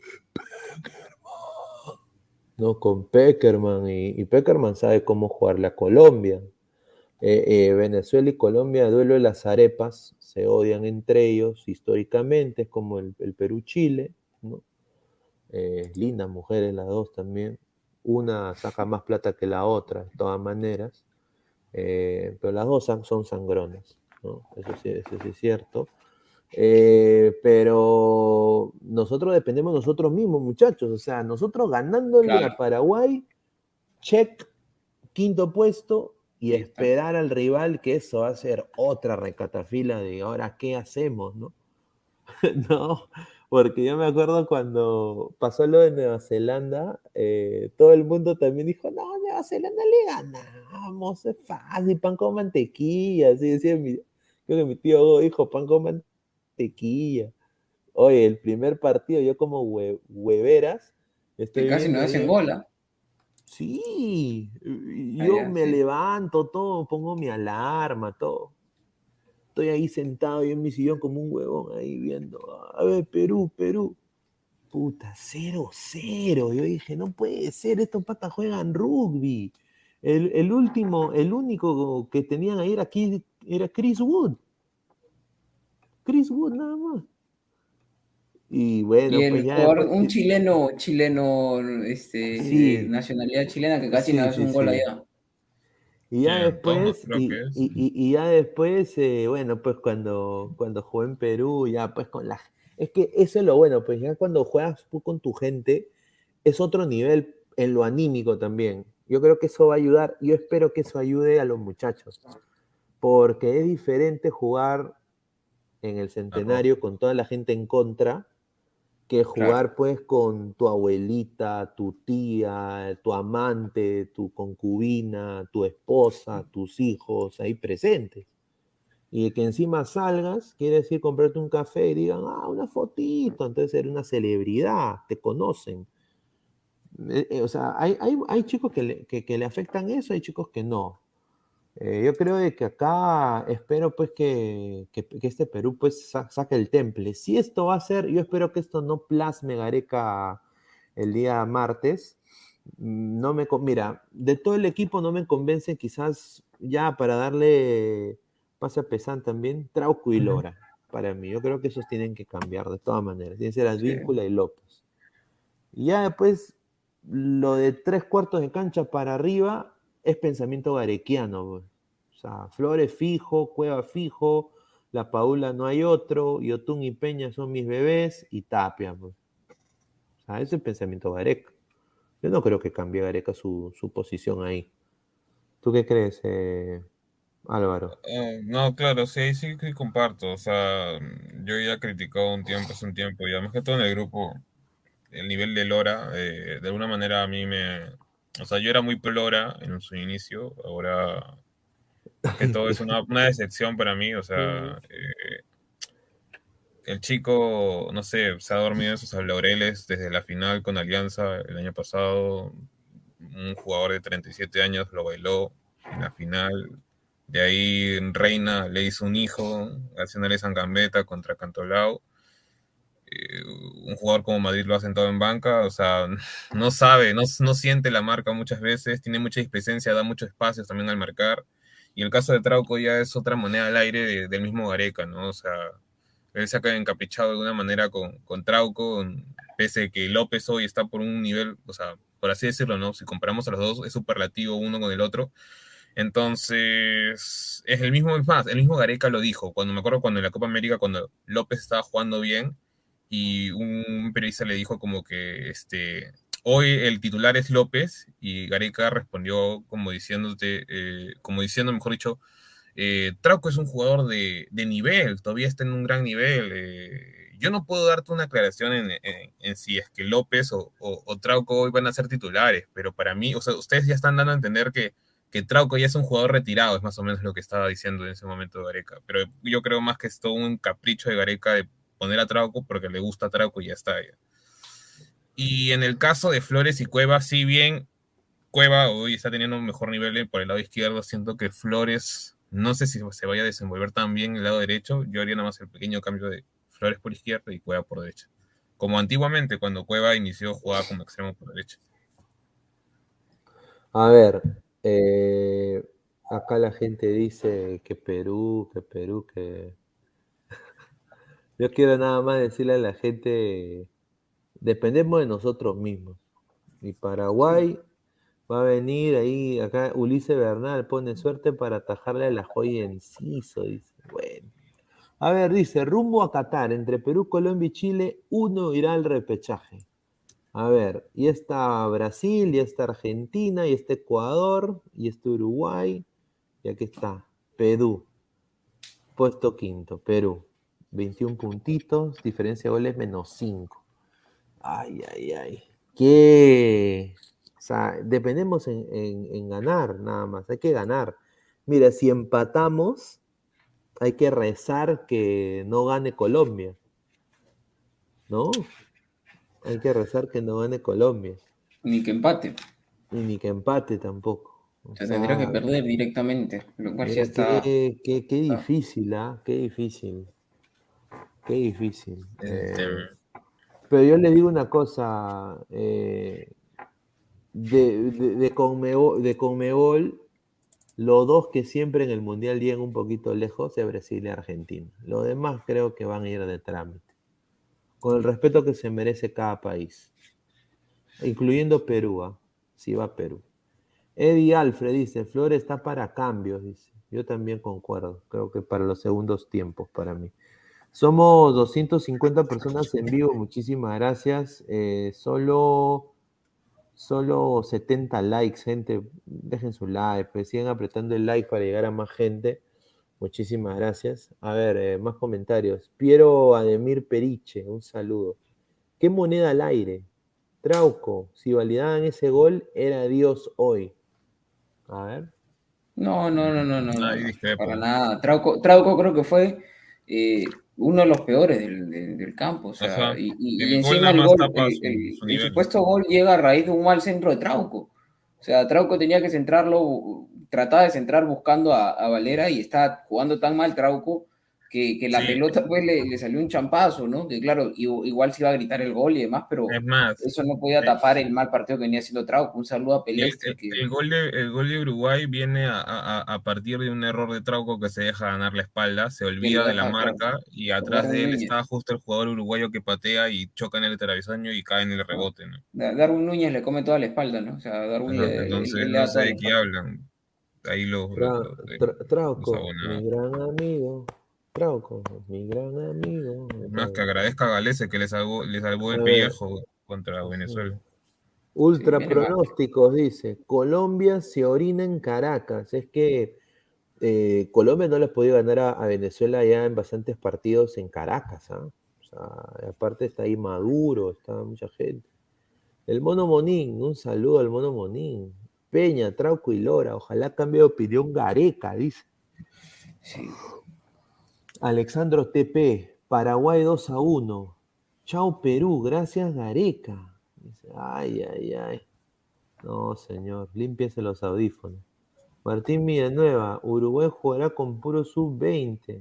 con Peckerman y Peckerman sabe cómo jugarle a Colombia. Venezuela y Colombia, duelo de las arepas, se odian entre ellos históricamente, es como el Perú-Chile, ¿no? Lindas mujeres las dos también. Una saca más plata que la otra, de todas maneras. Pero las dos son sangronas, ¿no? Eso sí es cierto. Pero nosotros dependemos de nosotros mismos, muchachos. O sea, nosotros ganándole a Claro, Paraguay, check, quinto puesto, y ahí está. esperar al rival, que eso va a ser otra recatafila de ahora qué hacemos, ¿no? No, porque yo me acuerdo cuando pasó lo de Nueva Zelanda, todo el mundo también dijo, no, Nueva Zelanda le ganamos, es fácil, pan con mantequilla, así decía creo que mi tío Hugo dijo, pan con mantequilla. Oye, el primer partido, yo como hueveras, Que estoy casi no viendo hacen ahí, bola. sí, yo Allá, me sí. levanto, todo, pongo mi alarma, todo. Estoy ahí sentado yo en mi sillón como un huevón ahí viendo, a ver, Perú, Perú. Puta, 0-0. Yo dije, no puede ser, estos patas juegan rugby. El único que tenían ahí era Chris Wood. Chris Wood nada más. Y Y bueno, pues el ya jugador, después, un chileno, de sí, nacionalidad chilena que casi no sí, hace sí, un gol sí. allá. Y ya ¿Quién? Thomas, después, creo que es. y ya después, bueno, pues cuando jugué en Perú, ya pues Es que eso es lo bueno, pues ya cuando juegas tú con tu gente, es otro nivel en lo anímico también. Yo creo que eso va a ayudar, yo espero que eso ayude a los muchachos, porque es diferente jugar en el Arroz. centenario con toda la gente en contra que Claro. jugar pues con tu abuelita, tu tía, tu amante, tu concubina, tu esposa, tus hijos ahí presentes. Y que encima salgas, quiere decir comprarte un café y digan, una fotito, entonces eres una celebridad, te conocen. O sea, hay chicos que le afectan eso, hay chicos que no. Yo creo de que acá espero pues que este Perú pues saque el temple. Si esto va a ser, yo espero que esto no plasme Gareca el día martes. Mira, de todo el equipo no me convence, quizás ya para darle pase a Pesán también, Trauco y Lora, para mí. Yo creo que esos tienen que cambiar de todas maneras. Tienen que ser Advíncula y López. Y ya después, lo de 3/4 de cancha para arriba es pensamiento garequiano. Pues. O sea, Flores fijo, Cueva fijo, La Paula no hay otro, Yotun y Peña son mis bebés, y Tapia. Pues. O sea, ese es el pensamiento gareca. Yo no creo que cambie Gareca su posición ahí. ¿Tú qué crees, Álvaro? No, claro, sí, sí que comparto. O sea, yo ya he criticado hace un tiempo, y además que todo en el grupo, el nivel de Lora, de alguna manera a mí o sea, yo era muy pro Lora en su inicio, ahora más que todo es una decepción para mí. O sea, el chico, no sé, se ha dormido en sus laureles desde la final con Alianza el año pasado. Un jugador de 37 años lo bailó en la final. De ahí Reina le hizo un hijo haciéndole San Gambetta contra Cantolao. Un jugador como Madrid lo ha sentado en banca, o sea, no sabe, no siente la marca muchas veces, tiene mucha displicencia, da muchos espacios también al marcar. Y el caso de Trauco ya es otra moneda al aire del mismo Gareca, ¿no? O sea, él se ha encaprichado de alguna manera con Trauco, pese a que López hoy está por un nivel, o sea, por así decirlo, ¿no? Si comparamos a los dos, es superlativo uno con el otro. Entonces, el mismo Gareca lo dijo, me acuerdo cuando en la Copa América, cuando López estaba jugando bien, y un periodista le dijo como que hoy el titular es López, y Gareca respondió como diciendo, mejor dicho, Trauco es un jugador de nivel, todavía está en un gran nivel. Yo no puedo darte una aclaración en si es que López o Trauco hoy van a ser titulares, pero para mí, o sea, ustedes ya están dando a entender que Trauco ya es un jugador retirado, es más o menos lo que estaba diciendo en ese momento Gareca. Pero yo creo más que es todo un capricho de Gareca de poner a Trauco porque le gusta a Trauco y ya está. Ya. Y en el caso de Flores y Cueva, si bien Cueva hoy está teniendo un mejor nivel por el lado izquierdo, siento que Flores, no sé si se vaya a desenvolver tan bien en el lado derecho. Yo haría nada más el pequeño cambio de Flores por izquierda y Cueva por derecha. Como antiguamente, cuando Cueva inició, jugaba como extremo por derecha. A ver, acá la gente dice que Perú. Yo quiero nada más decirle a la gente, dependemos de nosotros mismos. Y Paraguay va a venir ahí, acá Ulises Bernal pone suerte para atajarle a la joya Enciso, dice. Bueno. A ver, dice, rumbo a Qatar, entre Perú, Colombia y Chile, uno irá al repechaje. A ver, y está Brasil, y está Argentina, y está Ecuador, y está Uruguay, y aquí está Perú, puesto quinto, Perú, 21 puntitos, diferencia de goles -5. Ay, ay, ay. ¿Qué? O sea, dependemos en ganar, nada más, hay que ganar. Mira, si empatamos, hay que rezar que no gane Colombia, ¿no? Hay que rezar que no gane Colombia. Ni que empate. Y ni que empate tampoco. O Se tendría que sea, perder directamente, lo cual ya mira, está. qué difícil, ¿ah? Qué difícil. Qué difícil. Pero yo le digo una cosa, de Conmebol, los dos que siempre en el Mundial llegan un poquito lejos es Brasil y Argentina. Los demás creo que van a ir de trámite. Con el respeto que se merece cada país. Incluyendo Perú, ¿ah? Sí va Perú. Eddie Alfred dice, Flores está para cambios, dice. Yo también concuerdo. Creo que para los segundos tiempos, para mí. Somos 250 personas en vivo. Muchísimas gracias. Solo 70 likes, gente. Dejen su like, pues sigan apretando el like para llegar a más gente. Muchísimas gracias. A ver, más comentarios. Piero Ademir Periche, un saludo. ¿Qué moneda al aire? Trauco, si validaban ese gol, era Dios hoy. A ver. No, Ahí discrepo. para nada. Trauco creo que fue uno de los peores del campo. O sea, Ajá. y El gol encima nada el más gol, tapa su el nivel. supuesto gol llega a raíz de un mal centro de Trauco. O sea, Trauco tenía que centrarlo, trataba de centrar buscando a Valera y estaba jugando tan mal Trauco que la Sí, pelota pues le salió un champazo, ¿no? Que claro, igual se iba a gritar el gol y demás, pero es más, eso no podía eh, tapar el mal partido que venía haciendo Trauco. Un saludo a el, Pelestre, el- que el gol de Uruguay viene a partir de un error de Trauco que se deja ganar la espalda, se lo olvida de la deja, claro, marca y por atrás Darwin de él Núñez. está justo el jugador uruguayo que patea y choca en el travesaño y cae en el ¿No? rebote, ¿no? Darwin Núñez le come toda la espalda, ¿no? O sea, Darwin Ajá, entonces él le no da sé toda la de qué espalda. hablan. Ahí los Trauco, mi abonados. gran amigo. Trauco, mi gran amigo. Más que agradezca a Galese que le salvó A el ver, pellejo contra Venezuela. Sí, ultra viene mal. pronósticos, dice. Colombia se orina en Caracas. Es que Colombia no les podía ganar a Venezuela ya en bastantes partidos en Caracas, ¿ah? O sea, aparte está ahí Maduro, está mucha gente. El Mono Monín, un saludo al Mono Monín. Peña, Trauco y Lora, ojalá cambie de opinión Gareca, dice. Sí. Alexandro TP, Paraguay 2-1. Chao Perú, gracias Gareca. Dice, ay, ay, ay. No, señor, límpiese los audífonos. Martín Villanueva, Uruguay jugará con puro sub-20.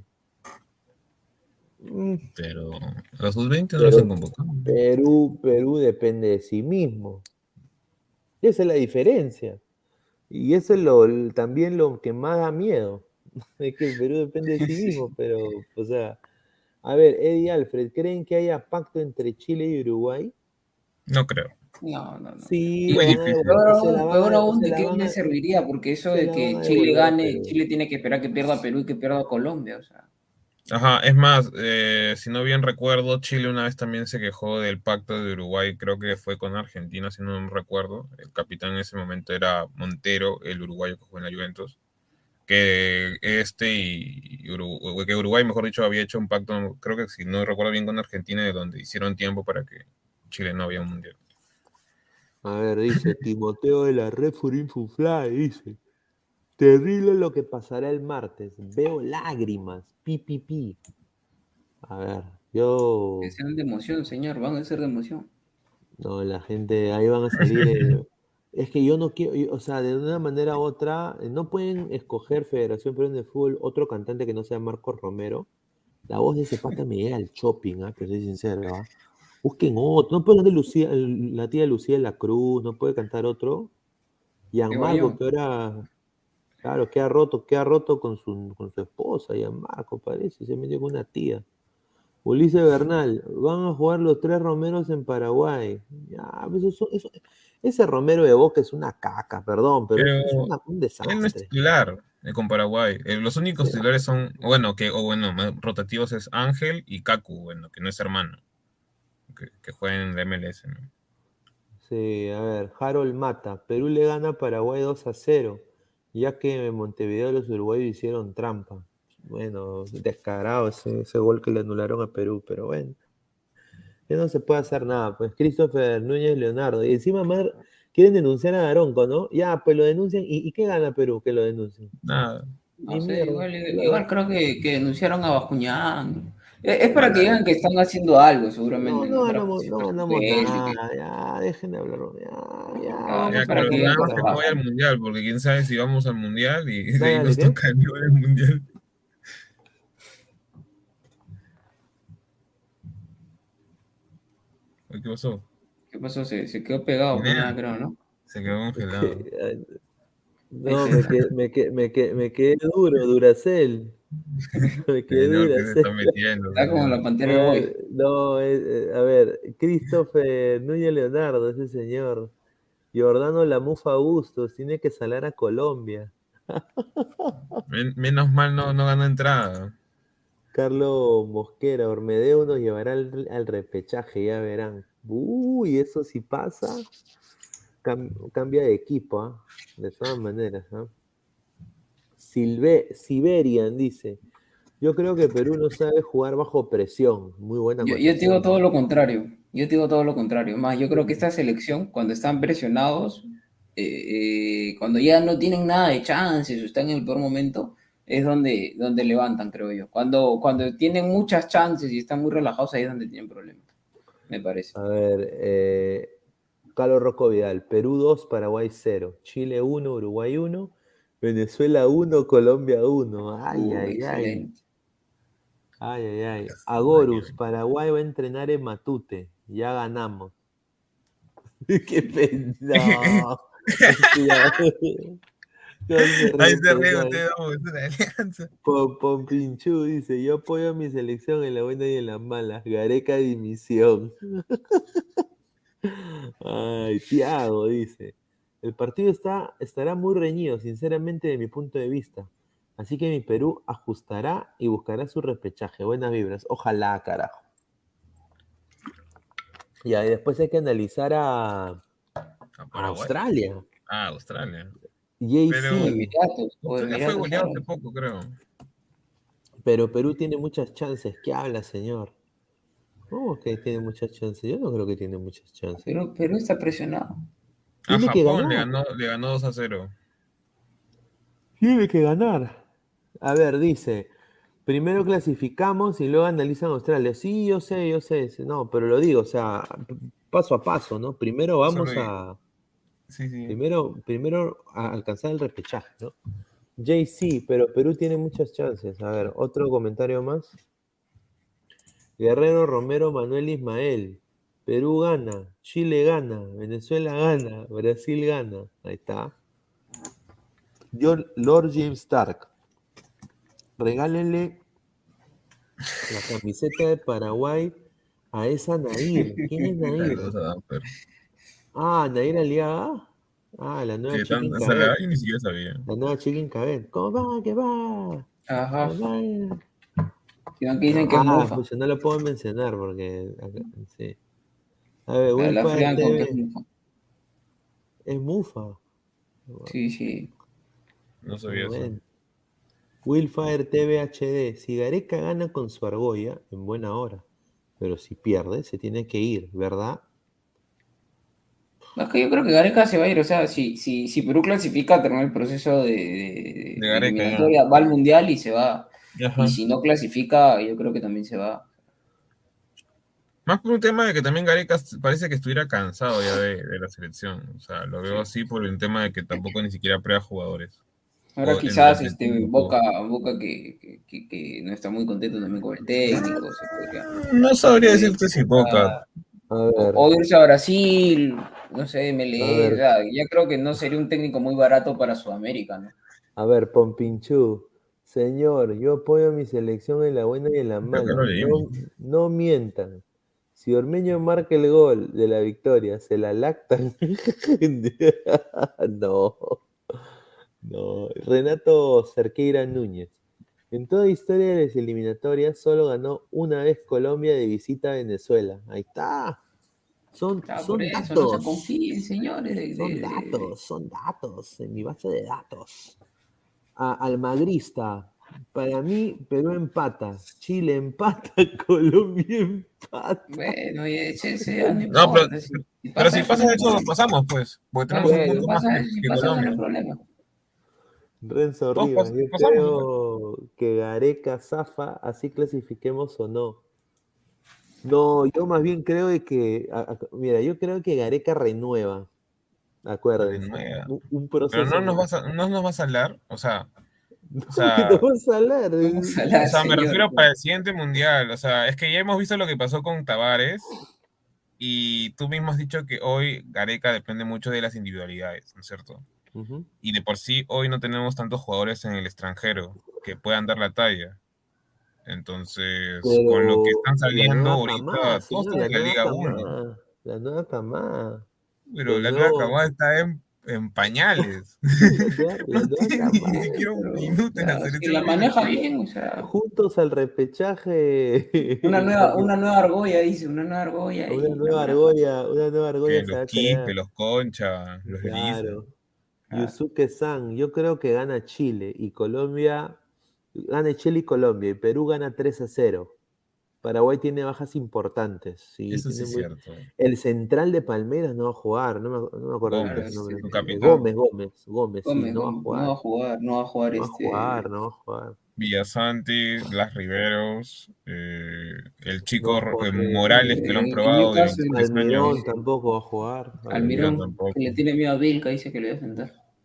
Pero los sub-20 no los han Pero convocado. Perú depende de sí mismo. Esa es la diferencia. Y eso es también lo que más da miedo. Es que el Perú depende de sí mismo, pero, o sea, a ver, Eddie Alfred, ¿creen que haya pacto entre Chile y Uruguay? No creo. No, no, no. Sí, Muy lo van a difícil. devolver, Peor aún, ¿de qué me serviría? Porque eso se de la van que a Chile devolver a gane, Perú. Chile tiene que esperar que pierda Perú y que pierda Colombia, o sea. Ajá, es más, si no bien recuerdo, Chile una vez también se quejó del pacto de Uruguay, creo que fue con Argentina, si no me recuerdo. El capitán en ese momento era Montero, el uruguayo que jugó en la Juventus. Que que Uruguay, mejor dicho, había hecho un pacto, creo que si no recuerdo bien, con Argentina, de donde hicieron tiempo para que Chile no había un mundial. A ver, dice Timoteo de la Red Furinfufly, dice. Terrible lo que pasará el martes. Veo lágrimas. Pi, pi, pi. A ver, Que yo. sean de emoción, señor, van a ser de emoción. No, la gente, ahí van a salir. Es que yo no quiero, o sea, de una manera u otra, no pueden escoger Federación Peruana de Fútbol otro cantante que no sea Marcos Romero. La voz de ese pata me llega al shopping, ¿ah? Te soy sincero, ¿ah? Busquen otro. No puede cantar Lucía, la tía Lucía de la Cruz, no puede cantar otro. Qué Gianmarco, guayón. que ahora, claro, queda roto con su esposa, Gianmarco, parece, se metió con una tía. Ulises Bernal, van a jugar los tres Romeros en Paraguay. Ya, pues ese Romero de Boca es una caca, perdón, pero Pero un él no es desastre. titular con Paraguay. Los únicos Sí, titulares son, más rotativos es Ángel y Kaku, bueno, que no es hermano, que juegan en la MLS, ¿no? sí, a ver, Harold Mata, Perú le gana a Paraguay 2-0, ya que en Montevideo los uruguayos hicieron trampa. Bueno, descarado ese gol que le anularon a Perú, pero bueno. Ya no se puede hacer nada, pues Christopher Núñez Leonardo. Y encima más quieren denunciar a Daronco, ¿no? Ya, pues lo denuncian. ¿Y qué gana Perú que lo denuncien? Nada. No Ni sé, mierda, igual claro. creo que denunciaron a Bascuñán. Es para que Nada. digan que están haciendo algo, No, seguramente, ¿no? Para no justificar su ganamos papel, nada. Ya, dejen de hablar. Ya, claro, es Ya, vamos a para la claro, que digan nada que más pelota. que están no vaya al bajando. mundial, porque quién sabe si vamos al mundial y de ahí Dale, nos ¿qué? toca el del mundial. ¿Qué pasó? ¿Qué pasó? Se quedó pegado, Pineda, Pineda, creo, ¿no? se quedó congelado. Ahí No, se está. me quedé duro, Duracel. Me quedé Señor, que se está Duracel. metiendo, Está como la señor. Pantera Boy. No, a ver, Christopher Núñez Leonardo, ese señor. Giordano La Mufa Bustos, tiene que salar a Colombia. Menos mal no ganó entrada. Carlos Mosquera, Ormedeo nos llevará al repechaje, ya verán. Uy, eso sí pasa, cambia de equipo, ¿ah? De todas maneras, ¿ah? Siberian dice, yo creo que Perú no sabe jugar bajo presión. Muy buena Yo te digo acotación, todo ¿ah? lo contrario. Yo te digo todo lo contrario. Más, yo creo que Sí. esta selección, cuando están presionados, cuando ya no tienen nada de chances o están en el peor momento, es donde levantan, creo yo. Cuando tienen muchas chances y están muy relajados, ahí es donde tienen problemas, me parece. A ver, Carlos Rocco Vidal, Perú 2, Paraguay 0, Chile 1, Uruguay 1, Venezuela 1, Colombia 1. Ay, ay, ay. Excelente. Ay, ay, ay. Agorus, Paraguay va a entrenar en Matute. Ya ganamos. Qué pena. No. No se Ahí ríe, se ríe pena. usted, vamos, es una alianza. Pompinchú dice, yo apoyo a mi selección en la buena y en la mala. Gareca dimisión. Ay, Tiago dice, el partido estará muy reñido, sinceramente, de mi punto de vista. Así que mi Perú ajustará y buscará su repechaje. Buenas vibras. Ojalá, carajo. Ya, y después hay que analizar a Paraguay. Australia. Australia. Pero O JC. Emiratos, Australia fue goleado hace Árabes. poco, creo. Pero Perú tiene muchas chances. ¿Qué habla, señor? ¿Cómo que tiene muchas chances? Yo no creo que tiene muchas chances. Perú está presionado. A Tiene que Japón ganar. le ganó 2-0. Tiene que ganar. A ver, dice, primero clasificamos y luego analizan Australia. Sí, yo sé. No, pero lo digo, o sea, paso a paso, ¿no? Primero Solo vamos digo. a... Sí, sí. Primero a alcanzar el repechaje, ¿no? JC, pero Perú tiene muchas chances. A ver, otro comentario más. Guerrero, Romero, Manuel, Ismael. Perú gana, Chile gana, Venezuela gana, Brasil gana. Ahí está. Lord James Stark. Regálenle la camiseta de Paraguay a esa Nair. ¿Quién es Nair? Saludos a Damper. Ah, Nair Aliaga. Ah, la nueva Que chica tan salada, Incabet. yo ni siquiera sabía. La nueva chica Incabet. ¿Cómo va? ¿Qué va? Ajá. Mamá. Sino que dicen que es mufa. Pues no lo puedo mencionar porque. Sí. A ver, La Wilfire frían con que es TV. mufa. Es mufa. Sí, sí. No sabía eso. Bueno. Willfire TV HD. Si Gareca gana con su argolla, en buena hora. Pero si pierde, se tiene que ir, ¿verdad? Es que yo creo que Gareca se va a ir. O sea, si Perú clasifica, termina el proceso de De Gareca, ya. eliminatoria, va al Mundial y se va. Ajá. Y si no clasifica, yo creo que también se va. Más por un tema de que también Gareca parece que estuviera cansado ya de la selección. O sea, lo veo así por el tema de que tampoco ni siquiera prueba jugadores. Ahora O en quizás durante el tiempo. Boca que no está muy contento también con el técnico, se podría. No sabría decirte si Boca. A ver. O irse a Brasil, no sé, A MLS, ver. o sea, ya creo que no sería un técnico muy barato para Sudamérica, ¿no? A ver, Pompinchú. Señor, yo apoyo a mi selección en la buena y en la Creo que mala. lo leímos. No mientan. Si Ormeño marca el gol de la victoria, ¿se la lactan? No. No. Renato Cerqueira Núñez. En toda historia de las eliminatorias, solo ganó una vez Colombia de visita a Venezuela. Ahí está. Son Por eso, no se datos. confíen, señores. Son datos en mi base de datos. Almagrista. Para mí, Perú empata, Chile empata, Colombia empata. Bueno, y ese no No, importa. pero si pasa eso, pasamos, pues. Porque tenemos un punto más Si que pasa, no Colombia. hay problema. Renzo Todos Rivas, yo pasamos, creo que Gareca zafa, así clasifiquemos o no. No, yo más bien creo de que, mira, yo creo que Gareca renueva, acuérdense, Renueva. un Pero proceso no más. nos vas a hablar, o sea, ¿Qué te vas a hablar? Vamos a hablar, o sea, me señor. refiero para el siguiente mundial. O sea, es que ya hemos visto lo que pasó con Tavares y tú mismo has dicho que hoy Gareca depende mucho de las individualidades, ¿no es cierto? Ujú. Y de por sí hoy no tenemos tantos jugadores en el extranjero que puedan dar la talla. Entonces, Pero con lo que están la saliendo nueva ahorita, camada, todos señor, están la en la nueva Liga 1. camada, la nueva camada. Pero Los la nueva nuevos- camada está en pañales. la No nueva tiene ni camada, siquiera un Pero, minuto en la si selección la maneja mayor. bien, o sea, juntos al repechaje. una nueva argolla, dice, una nueva argolla. y la maneja. Una nueva argolla Que se va los a crear. Quispe, los Concha, los Lisa. Claro. Yusuke-san, yo creo que gana Chile y Colombia, gana Chile y Colombia, y Perú gana 3-0. Paraguay tiene bajas importantes. Sí, Eso sí tiene es cierto. El central de Palmeiras no va a jugar, no me acuerdo Gómez, ahorita su nombre. su capitán. Gómez, sí, no va a jugar. No va a jugar, No va a jugar. Villasanti, Blas Riveros, el chico No va a jugar. Morales, que lo han probado de Newcastle, 23 Almirón años. tampoco va a jugar. Almirón Almirón, tampoco. que le tiene miedo a Vilca, dice que le voy a sentar.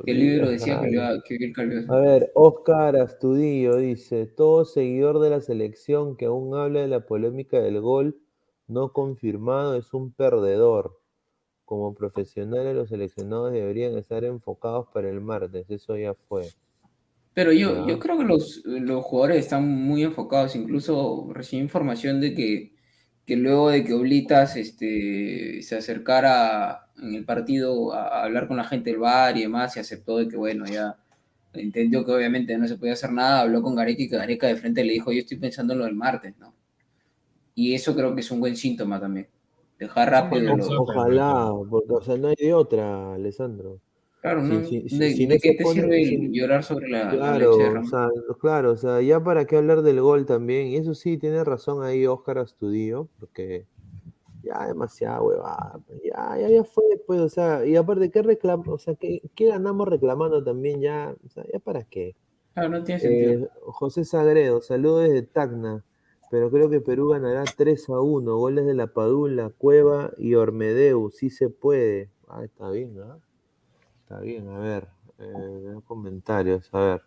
Que el libro es decía raro. que Bielka lo iba a A hacer. ver, Oscar Astudillo dice, todo seguidor de la selección que aún habla de la polémica del gol no confirmado es un perdedor. Como profesionales los seleccionados deberían estar enfocados para el martes, eso ya fue. Pero yo ¿Ya? creo que los jugadores están muy enfocados, incluso recibí información de que luego de que Oblitas se acercara en el partido a hablar con la gente del bar y demás, se aceptó de que bueno, ya entendió que obviamente no se podía hacer nada, habló con Gareca y que Gareca de frente le dijo, yo estoy pensando en lo del martes, ¿no? Y eso creo que es un buen síntoma también. Dejar Es un buen rápido mensaje, sobre Ojalá, todo. porque o sea, no hay de otra, Alessandro. Claro, ¿no? Si no De qué se te pone, sirve llorar sobre la leche claro, derramada? o sea, ya para qué hablar del gol también, y eso sí, tiene razón ahí Oscar Astudillo, porque ya demasiada huevada, pues, ya fue, pues, o sea, y aparte, ¿qué reclamo, o sea, qué ganamos reclamando también ya, o sea, ya para qué? Claro, no tiene sentido. José Sagredo, saludos desde Tacna, pero creo que Perú ganará 3-1, goles de la Padula, Cueva y Ormedeu, sí se puede. Ah, está bien, ¿ah? Está bien, a ver, comentarios,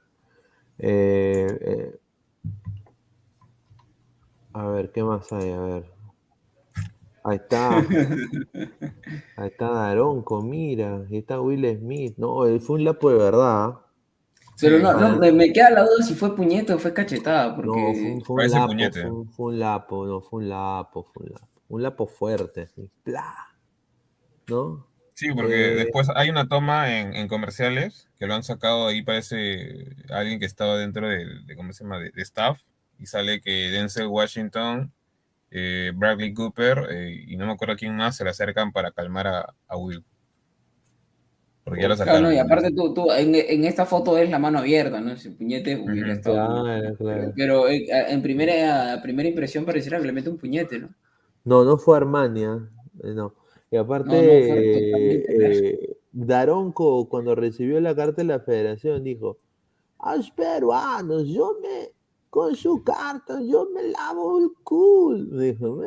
eh, a ver, ¿qué más hay? A ver, ahí está, ahí está Daronco, mira, ahí está Will Smith, no, fue un lapo de verdad, ¿ah? Pero Sí, no, me queda la duda si fue puñete o fue cachetada, No, porque fue un parece lapo, puñete. fue un lapo, no, un lapo fuerte, así, ¡plá! ¿No? Sí, porque Eh, después hay una toma en comerciales que lo han sacado ahí, parece alguien que estaba dentro ¿cómo se llama? De staff, y sale que Denzel Washington, Bradley Cooper, y no me acuerdo quién más, se le acercan para calmar a Will, porque ya lo claro, no, sacaron. y aparte tú en esta foto es la mano abierta, ¿no? Si el puñete hubiera Ujú. estado como... claro, claro. Pero en primera impresión pareciera que le mete un puñete, ¿no? No, no fue Armania, no. Y No, no, fue totalmente real. aparte, Daronco, cuando recibió la carta de la federación, dijo, a los peruanos, con su carta, yo me lavo el culo. Dijo,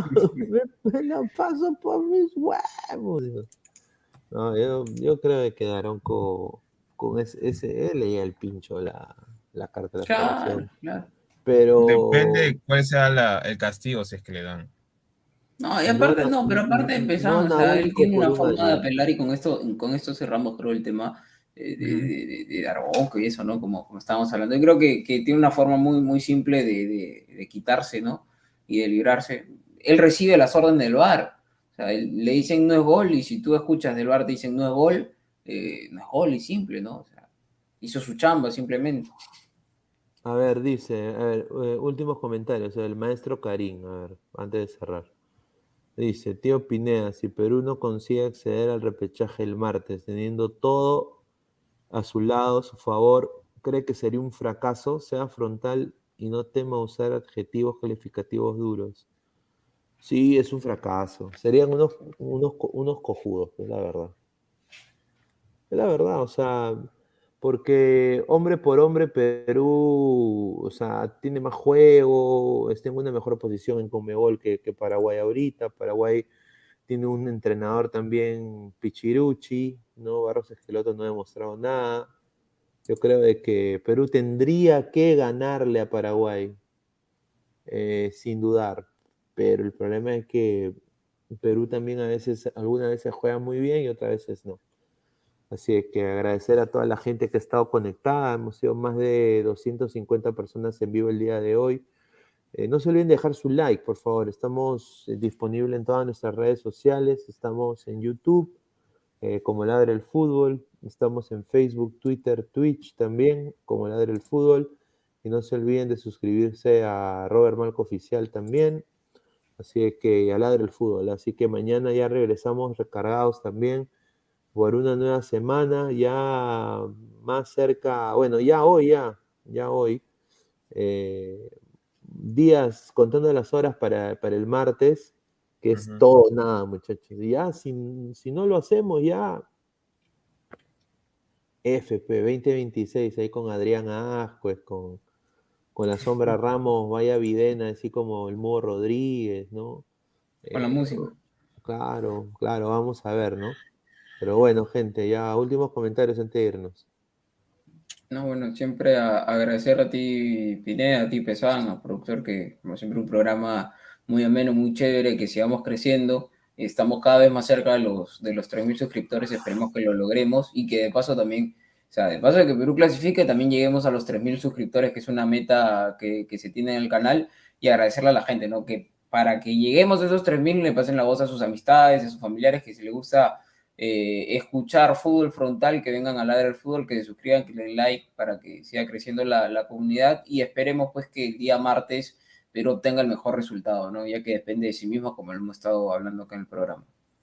me la paso por mis huevos. Dijo. No, yo creo que Daronco, con él leía el pincho la carta de la Claro, federación. claro. Depende Pero de cuál sea el castigo si es que le dan. No, y no, aparte no, pero aparte no a empezamos, o sea, él Nahuelco tiene por una un forma de año. apelar y con esto cerramos creo el tema Ujú. de Araujo y eso, ¿no? Como estábamos hablando. Yo creo que tiene una forma muy, muy simple de quitarse, ¿no? Y de librarse. Él recibe las órdenes del VAR. O sea, le dicen no es gol y si tú escuchas del VAR te dicen no es gol, no es gol y simple, ¿no? O sea, hizo su chamba simplemente. A ver, dice, a ver, últimos comentarios, el maestro Karim, a ver, antes de cerrar. Dice, tío Pineda, si Perú no consigue acceder al repechaje el martes, teniendo todo a su lado, a su favor, ¿cree que sería un fracaso? Sea frontal y no tema usar adjetivos calificativos duros. Sí, es un fracaso. Serían unos cojudos, es la verdad. Es la verdad, o sea, porque hombre por hombre Perú, o sea, tiene más juego, está en una mejor posición en Conmebol que Paraguay ahorita. Paraguay tiene un entrenador también Pichirucci, ¿no? Barros Esqueloto no ha demostrado nada. Yo creo de que Perú tendría que ganarle a Paraguay, sin dudar. Pero el problema es que Perú también a veces, algunas veces juega muy bien y otras veces no. Así es que agradecer a toda la gente que ha estado conectada. Hemos sido más de 250 personas en vivo el día de hoy. No se olviden de dejar su like, por favor. Estamos disponibles en todas nuestras redes sociales. Estamos en YouTube, como Ladre el Fútbol. Estamos en Facebook, Twitter, Twitch también, como Ladre el Fútbol. Y no se olviden de suscribirse a Robert Malco Oficial también. Así es que a Ladre el Fútbol. Así que mañana ya regresamos recargados también por una nueva semana, ya más cerca, bueno, ya hoy, días contando las horas para el martes, que es Ujú. todo nada, muchachos. Y ya, si no lo hacemos, ya FP 2026, ahí con Adrián Ascuez, con la Sombra Ramos, vaya Videna, así como el Mudo Rodríguez, ¿no? Con la Eh, música. claro, vamos a ver, ¿no? Pero bueno, gente, ya últimos comentarios antes de irnos. No, bueno, siempre agradecer a ti, Pineda, a ti, Pesán, a productor, que como siempre un programa muy ameno, muy chévere, que sigamos creciendo. Estamos cada vez más cerca de los 3.000 suscriptores, esperemos que lo logremos y que de paso también, o sea, de paso de que Perú clasifique, también lleguemos a los 3.000 suscriptores, que es una meta que se tiene en el canal, y agradecerle a la gente, ¿no? Que para que lleguemos a esos 3.000 le pasen la voz a sus amistades, a sus familiares, que si les gusta escuchar fútbol frontal, que vengan a Ladrar el Fútbol, que se suscriban, que le den like para que siga creciendo la comunidad y esperemos pues que el día martes Perú obtenga el mejor resultado, ¿no? Ya que depende de sí mismo, como lo hemos estado hablando acá en el programa.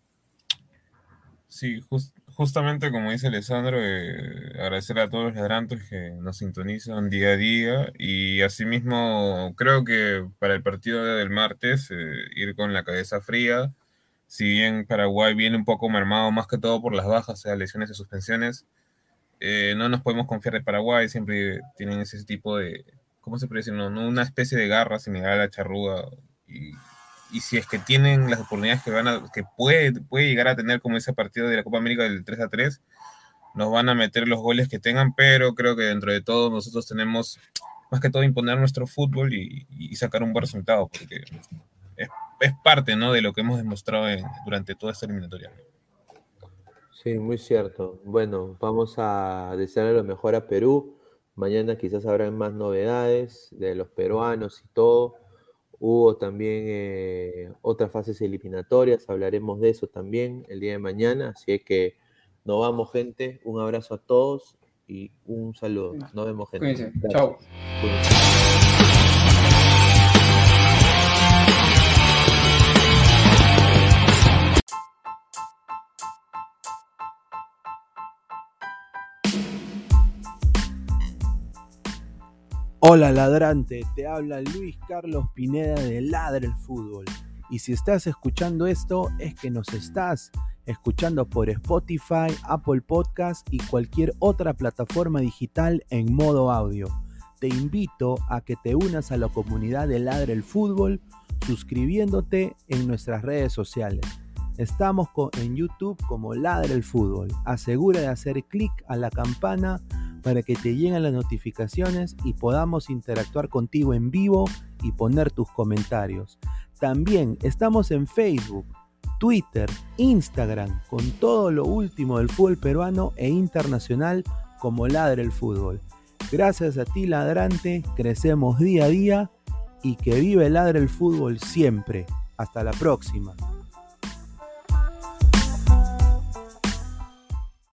Sí, justamente como dice Alessandro, agradecer a todos los ladrantes que nos sintonizan día a día y asimismo creo que para el partido del martes ir con la cabeza fría. Si bien Paraguay viene un poco mermado más que todo por las bajas, sea lesiones y suspensiones, no nos podemos confiar de Paraguay, siempre tienen ese tipo de, ¿cómo se puede decir? No, una especie de garra similar a la charrúa y si es que tienen las oportunidades que puede llegar a tener como ese partido de la Copa América del 3-3, nos van a meter los goles que tengan, pero creo que dentro de todo nosotros tenemos más que todo imponer nuestro fútbol y sacar un buen resultado, porque es parte, ¿no?, de lo que hemos demostrado durante toda esta eliminatoria. Sí, muy cierto. Bueno, vamos a desearle lo mejor a Perú. Mañana quizás habrá más novedades de los peruanos y todo. Hubo también otras fases eliminatorias, hablaremos de eso también el día de mañana. Así es que nos vamos, gente. Un abrazo a todos y un saludo. Nos vemos, gente. Cuídense. Chao. Cuídense. Hola ladrante, te habla Luis Carlos Pineda de Ladra el Fútbol. Y si estás escuchando esto es que nos estás escuchando por Spotify, Apple Podcast y cualquier otra plataforma digital en modo audio. Te invito a que te unas a la comunidad de Ladra el Fútbol suscribiéndote en nuestras redes sociales. Estamos en YouTube como Ladra el Fútbol. Asegura de hacer clic a la campana para que te lleguen las notificaciones y podamos interactuar contigo en vivo y poner tus comentarios. También estamos en Facebook, Twitter, Instagram, con todo lo último del fútbol peruano e internacional como Ladra el Fútbol. Gracias a ti, ladrante, crecemos día a día y que vive Ladra el Fútbol siempre. Hasta la próxima.